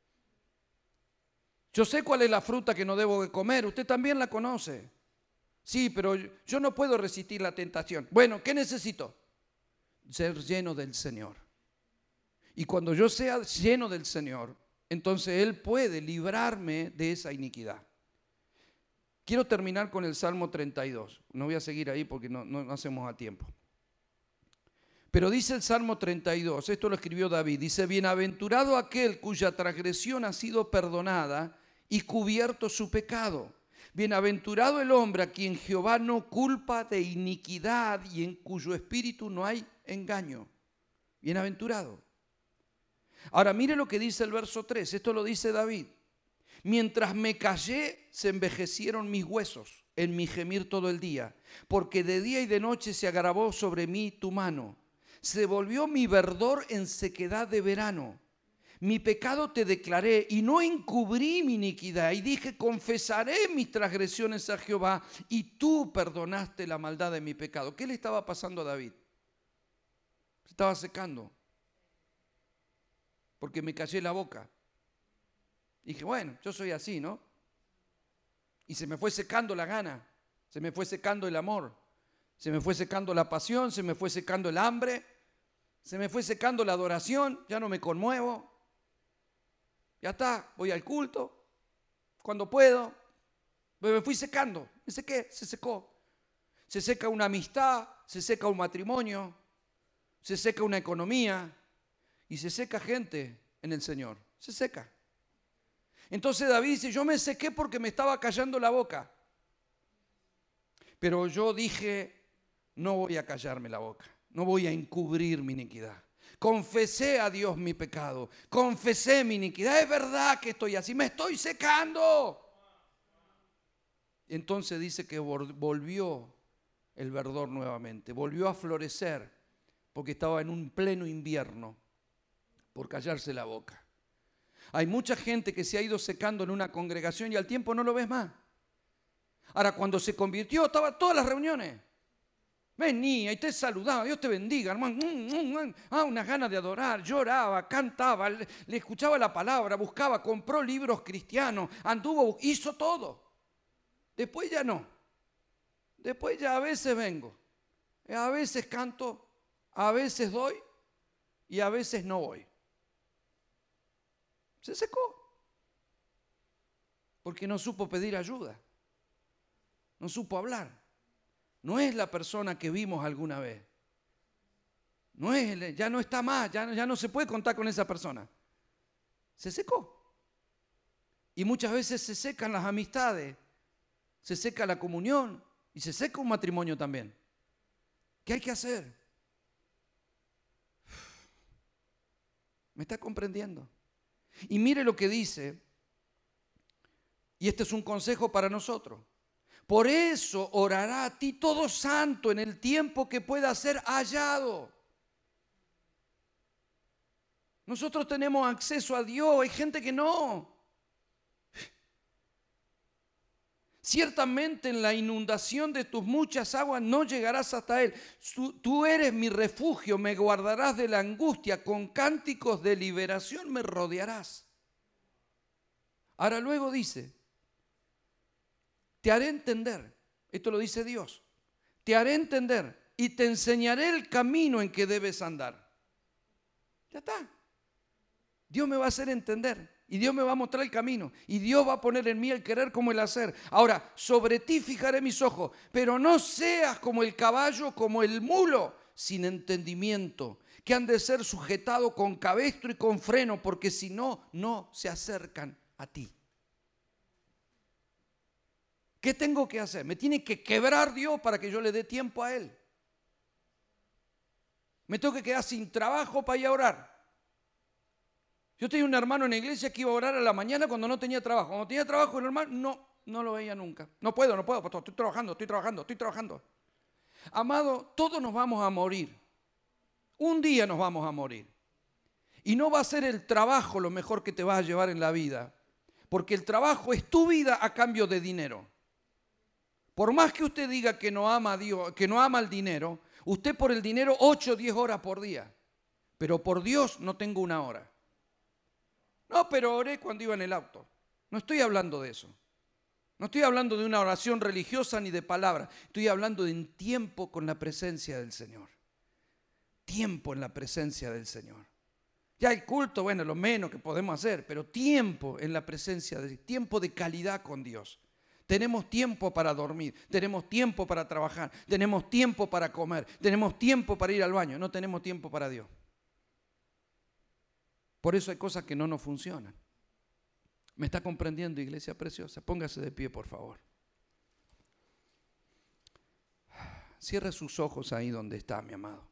Yo sé cuál es la fruta que no debo comer, usted también la conoce. Sí, pero yo no puedo resistir la tentación. Bueno, ¿qué necesito? Ser lleno del Señor. Y cuando yo sea lleno del Señor, entonces Él puede librarme de esa iniquidad. Quiero terminar con el Salmo 32. No voy a seguir ahí porque no hacemos a tiempo. Pero dice el Salmo 32, esto lo escribió David, dice: bienaventurado aquel cuya transgresión ha sido perdonada y cubierto su pecado. Bienaventurado el hombre a quien Jehová no culpa de iniquidad y en cuyo espíritu no hay engaño. Bienaventurado. Ahora mire lo que dice el verso 3, esto lo dice David. Mientras me callé, se envejecieron mis huesos en mi gemir todo el día, porque de día y de noche se agravó sobre mí tu mano. Se volvió mi verdor en sequedad de verano. Mi pecado te declaré y no encubrí mi iniquidad. Y dije: confesaré mis transgresiones a Jehová, y tú perdonaste la maldad de mi pecado. ¿Qué le estaba pasando a David? Se estaba secando. Porque me callé la boca. Dije, bueno, yo soy así, ¿no? Y se me fue secando la gana, se me fue secando el amor, se me fue secando la pasión, se me fue secando el hambre, se me fue secando la adoración, ya no me conmuevo. Ya está, voy al culto, cuando puedo, pero me fui secando, me sequé, se secó. Se seca una amistad, se seca un matrimonio, se seca una economía y se seca gente en el Señor, se seca. Entonces David dice: yo me sequé porque me estaba callando la boca. Pero yo dije: no voy a callarme la boca, no voy a encubrir mi iniquidad. Confesé a Dios mi pecado, confesé mi iniquidad. Es verdad que estoy así, me estoy secando. Entonces dice que volvió el verdor nuevamente, volvió a florecer porque estaba en un pleno invierno por callarse la boca. Hay mucha gente que se ha ido secando en una congregación y al tiempo no lo ves más. Ahora, cuando se convirtió, estaba en todas las reuniones. Venía y te saludaba: Dios te bendiga, hermano. Unas ganas de adorar, lloraba, cantaba, le escuchaba la palabra, buscaba, compró libros cristianos, anduvo, hizo todo. Después ya no. Después ya a veces vengo, a veces canto, a veces doy y a veces no voy. Se secó. Porque no supo pedir ayuda. No supo hablar. No es la persona que vimos alguna vez. No es, ya no está más, ya no se puede contar con esa persona. Se secó. Y muchas veces se secan las amistades, se seca la comunión y se seca un matrimonio también. ¿Qué hay que hacer? ¿Me está comprendiendo? Y mire lo que dice, y este es un consejo para nosotros. Por eso orará a ti todo santo en el tiempo que pueda ser hallado. Nosotros tenemos acceso a Dios, hay gente que no. Ciertamente en la inundación de tus muchas aguas no llegarás hasta Él. Tú eres mi refugio, me guardarás de la angustia, con cánticos de liberación me rodearás. Ahora luego dice: te haré entender, esto lo dice Dios, te haré entender y te enseñaré el camino en que debes andar. Ya está. Dios me va a hacer entender y Dios me va a mostrar el camino y Dios va a poner en mí el querer como el hacer. Ahora, sobre ti fijaré mis ojos, pero no seas como el caballo, como el mulo, sin entendimiento, que han de ser sujetados con cabestro y con freno, porque si no, no se acercan a ti. ¿Qué tengo que hacer? Me tiene que quebrar Dios para que yo le dé tiempo a Él. Me tengo que quedar sin trabajo para ir a orar. Yo tenía un hermano en la iglesia que iba a orar a la mañana cuando no tenía trabajo. Cuando tenía trabajo el hermano, no lo veía nunca. No puedo, pastor, estoy trabajando. Amado, todos nos vamos a morir. Un día nos vamos a morir. Y no va a ser el trabajo lo mejor que te vas a llevar en la vida. Porque el trabajo es tu vida a cambio de dinero. Por más que usted diga que no ama a Dios, que no ama el dinero, usted por el dinero 8 o 10 horas por día. Pero por Dios no tengo una hora. No, pero oré cuando iba en el auto. No estoy hablando de eso. No estoy hablando de una oración religiosa ni de palabra. Estoy hablando de un tiempo con la presencia del Señor. Tiempo en la presencia del Señor. Ya el culto, bueno, lo menos que podemos hacer, pero tiempo en la presencia de Dios, tiempo de calidad con Dios. Tenemos tiempo para dormir, tenemos tiempo para trabajar, tenemos tiempo para comer, tenemos tiempo para ir al baño, no tenemos tiempo para Dios. Por eso hay cosas que no nos funcionan. ¿Me está comprendiendo, iglesia preciosa? Póngase de pie, por favor. Cierre sus ojos ahí donde está, mi amado.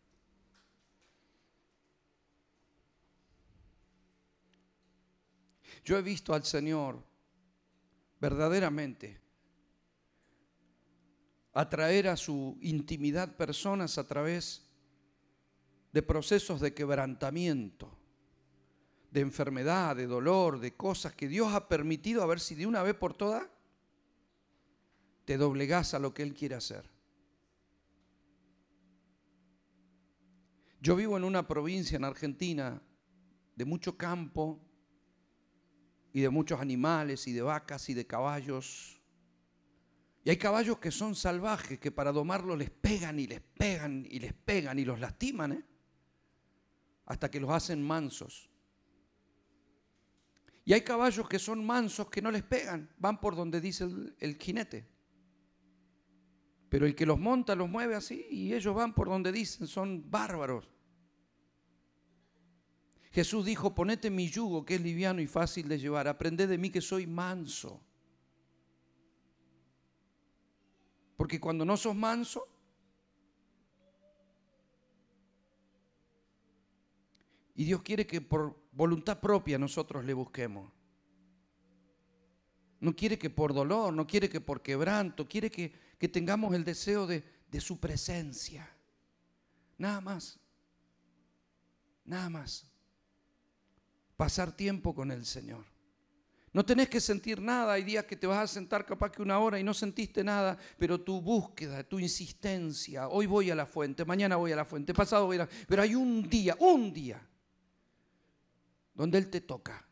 Yo he visto al Señor verdaderamente atraer a su intimidad personas a través de procesos de quebrantamiento, de enfermedad, de dolor, de cosas que Dios ha permitido, a ver si de una vez por todas te doblegás a lo que Él quiere hacer. Yo vivo en una provincia en Argentina de mucho campo y de muchos animales y de vacas y de caballos. Y hay caballos que son salvajes, que para domarlos les pegan y les pegan y les pegan y los lastiman, hasta que los hacen mansos. Y hay caballos que son mansos que no les pegan, van por donde dice el jinete. Pero el que los monta los mueve así y ellos van por donde dicen, son bárbaros. Jesús dijo, ponete mi yugo que es liviano y fácil de llevar, aprended de mí que soy manso. Porque cuando no sos manso, y Dios quiere que por voluntad propia nosotros le busquemos. No quiere que por dolor, no quiere que por quebranto, quiere que tengamos el deseo de su presencia. Nada más. Nada más. Pasar tiempo con el Señor. No tenés que sentir nada. Hay días que te vas a sentar capaz que 1 hora y no sentiste nada, pero tu búsqueda, tu insistencia, hoy voy a la fuente, mañana voy a la fuente, pasado voy a la fuente, pero hay un día, donde Él te toca.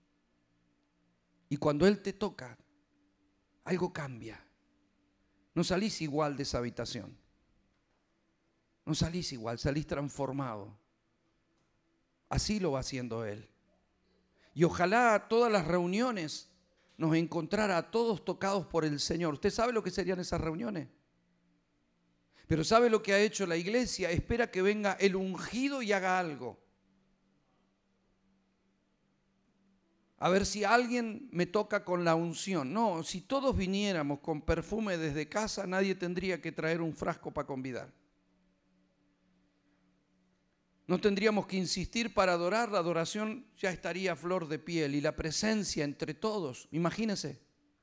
Y cuando Él te toca, algo cambia. No salís igual de esa habitación. No salís igual, salís transformado. Así lo va haciendo Él. Y ojalá a todas las reuniones nos encontrara a todos tocados por el Señor. ¿Usted sabe lo que serían esas reuniones? Pero ¿sabe lo que ha hecho la iglesia? Espera que venga el ungido y haga algo. A ver si alguien me toca con la unción. No, si todos viniéramos con perfume desde casa, nadie tendría que traer un frasco para convidar. No tendríamos que insistir para adorar, la adoración ya estaría a flor de piel y la presencia entre todos. Imagínense,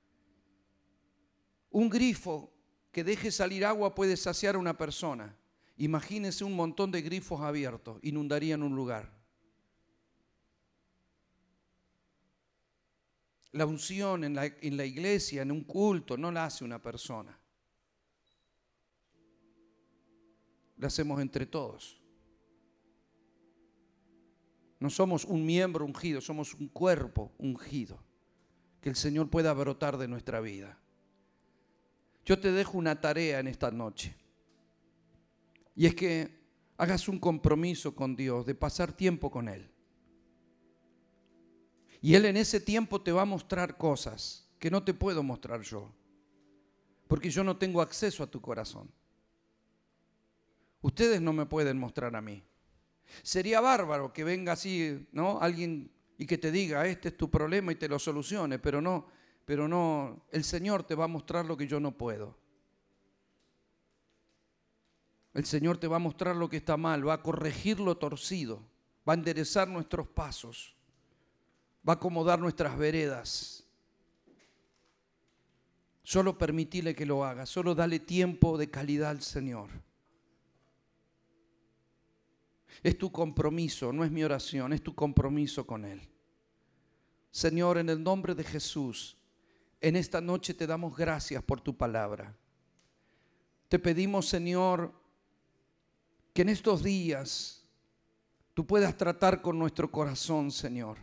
un grifo que deje salir agua puede saciar a una persona. Imagínense un montón de grifos abiertos, inundarían un lugar. La unción en la iglesia, en un culto, no la hace una persona. La hacemos entre todos. No somos un miembro ungido, somos un cuerpo ungido. Que el Señor pueda brotar de nuestra vida. Yo te dejo una tarea en esta noche. Y es que hagas un compromiso con Dios de pasar tiempo con Él. Y Él en ese tiempo te va a mostrar cosas que no te puedo mostrar yo, porque yo no tengo acceso a tu corazón. Ustedes no me pueden mostrar a mí. Sería bárbaro que venga así, ¿no? Alguien y que te diga, este es tu problema y te lo solucione, pero no, el Señor te va a mostrar lo que yo no puedo. El Señor te va a mostrar lo que está mal, va a corregir lo torcido, va a enderezar nuestros pasos, va a acomodar nuestras veredas. Solo permitile que lo haga, solo dale tiempo de calidad al Señor. Es tu compromiso, no es mi oración, es tu compromiso con Él. Señor, en el nombre de Jesús, en esta noche te damos gracias por tu palabra. Te pedimos, Señor, que en estos días tú puedas tratar con nuestro corazón, Señor.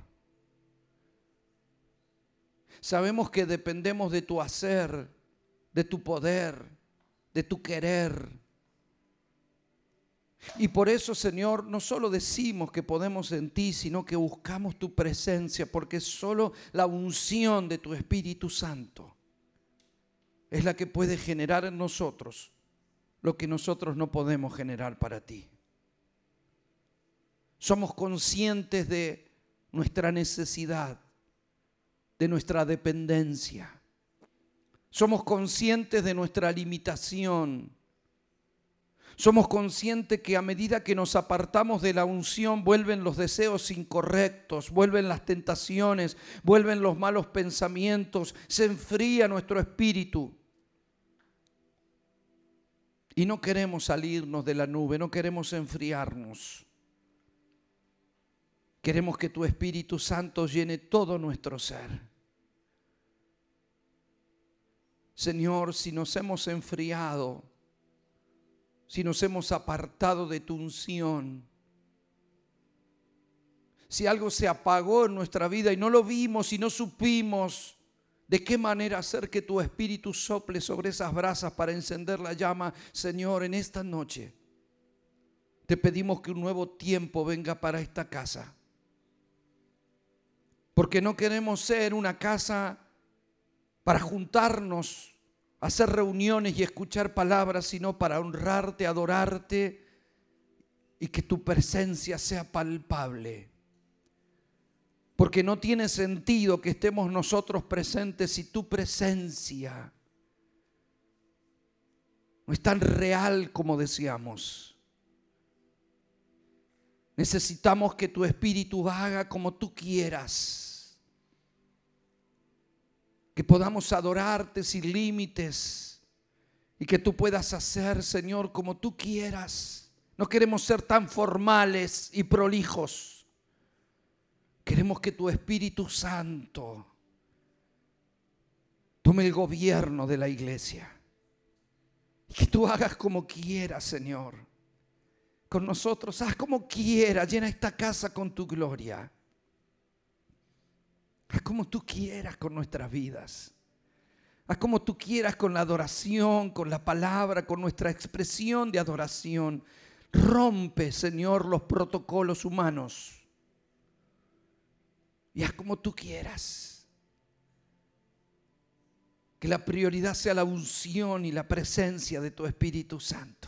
Sabemos que dependemos de tu hacer, de tu poder, de tu querer. Y por eso, Señor, no solo decimos que podemos en ti, sino que buscamos tu presencia, porque solo la unción de tu Espíritu Santo es la que puede generar en nosotros lo que nosotros no podemos generar para ti. Somos conscientes de nuestra necesidad, de nuestra dependencia. Somos conscientes de nuestra limitación. Somos conscientes que a medida que nos apartamos de la unción, vuelven los deseos incorrectos, vuelven las tentaciones, vuelven los malos pensamientos, se enfría nuestro espíritu. Y no queremos salirnos de la nube, no queremos enfriarnos. Queremos que tu Espíritu Santo llene todo nuestro ser. Señor, si nos hemos enfriado, si nos hemos apartado de tu unción, si algo se apagó en nuestra vida y no lo vimos y no supimos de qué manera hacer que tu Espíritu sople sobre esas brasas para encender la llama, Señor, en esta noche te pedimos que un nuevo tiempo venga para esta casa. Porque no queremos ser una casa para juntarnos, hacer reuniones y escuchar palabras, sino para honrarte, adorarte y que tu presencia sea palpable. Porque no tiene sentido que estemos nosotros presentes si tu presencia no es tan real como deseamos. Necesitamos que tu Espíritu haga como tú quieras. Que podamos adorarte sin límites y que tú puedas hacer, Señor, como tú quieras. No queremos ser tan formales y prolijos. Queremos que tu Espíritu Santo tome el gobierno de la iglesia. Y que tú hagas como quieras, Señor. Con nosotros, haz como quieras. Llena esta casa con tu gloria. Haz como tú quieras con nuestras vidas. Haz como tú quieras con la adoración, con la palabra, con nuestra expresión de adoración. Rompe, Señor, los protocolos humanos. Y haz como tú quieras. Que la prioridad sea la unción y la presencia de tu Espíritu Santo.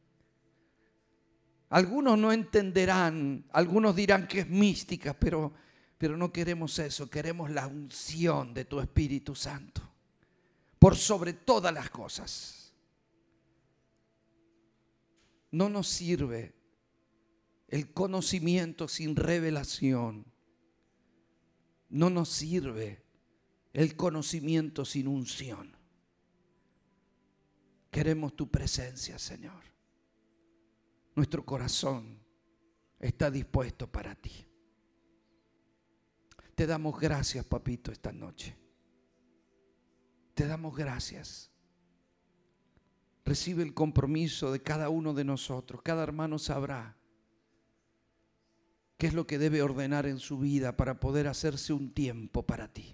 Algunos no entenderán, algunos dirán que es mística, pero no queremos eso, queremos la unción de tu Espíritu Santo, por sobre todas las cosas. No nos sirve el conocimiento sin revelación, no nos sirve el conocimiento sin unción. Queremos tu presencia, Señor. Nuestro corazón está dispuesto para ti. Te damos gracias, papito, esta noche. Te damos gracias. Recibe el compromiso de cada uno de nosotros. Cada hermano sabrá qué es lo que debe ordenar en su vida para poder hacerse un tiempo para ti.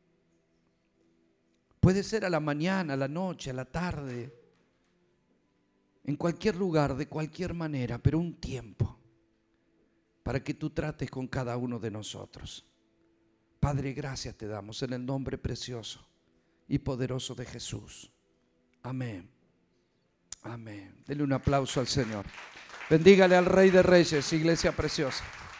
Puede ser a la mañana, a la noche, a la tarde, en cualquier lugar, de cualquier manera, pero un tiempo para que tú trates con cada uno de nosotros. Padre, gracias te damos en el nombre precioso y poderoso de Jesús. Amén. Amén. Dele un aplauso al Señor. Bendígale al Rey de Reyes, iglesia preciosa.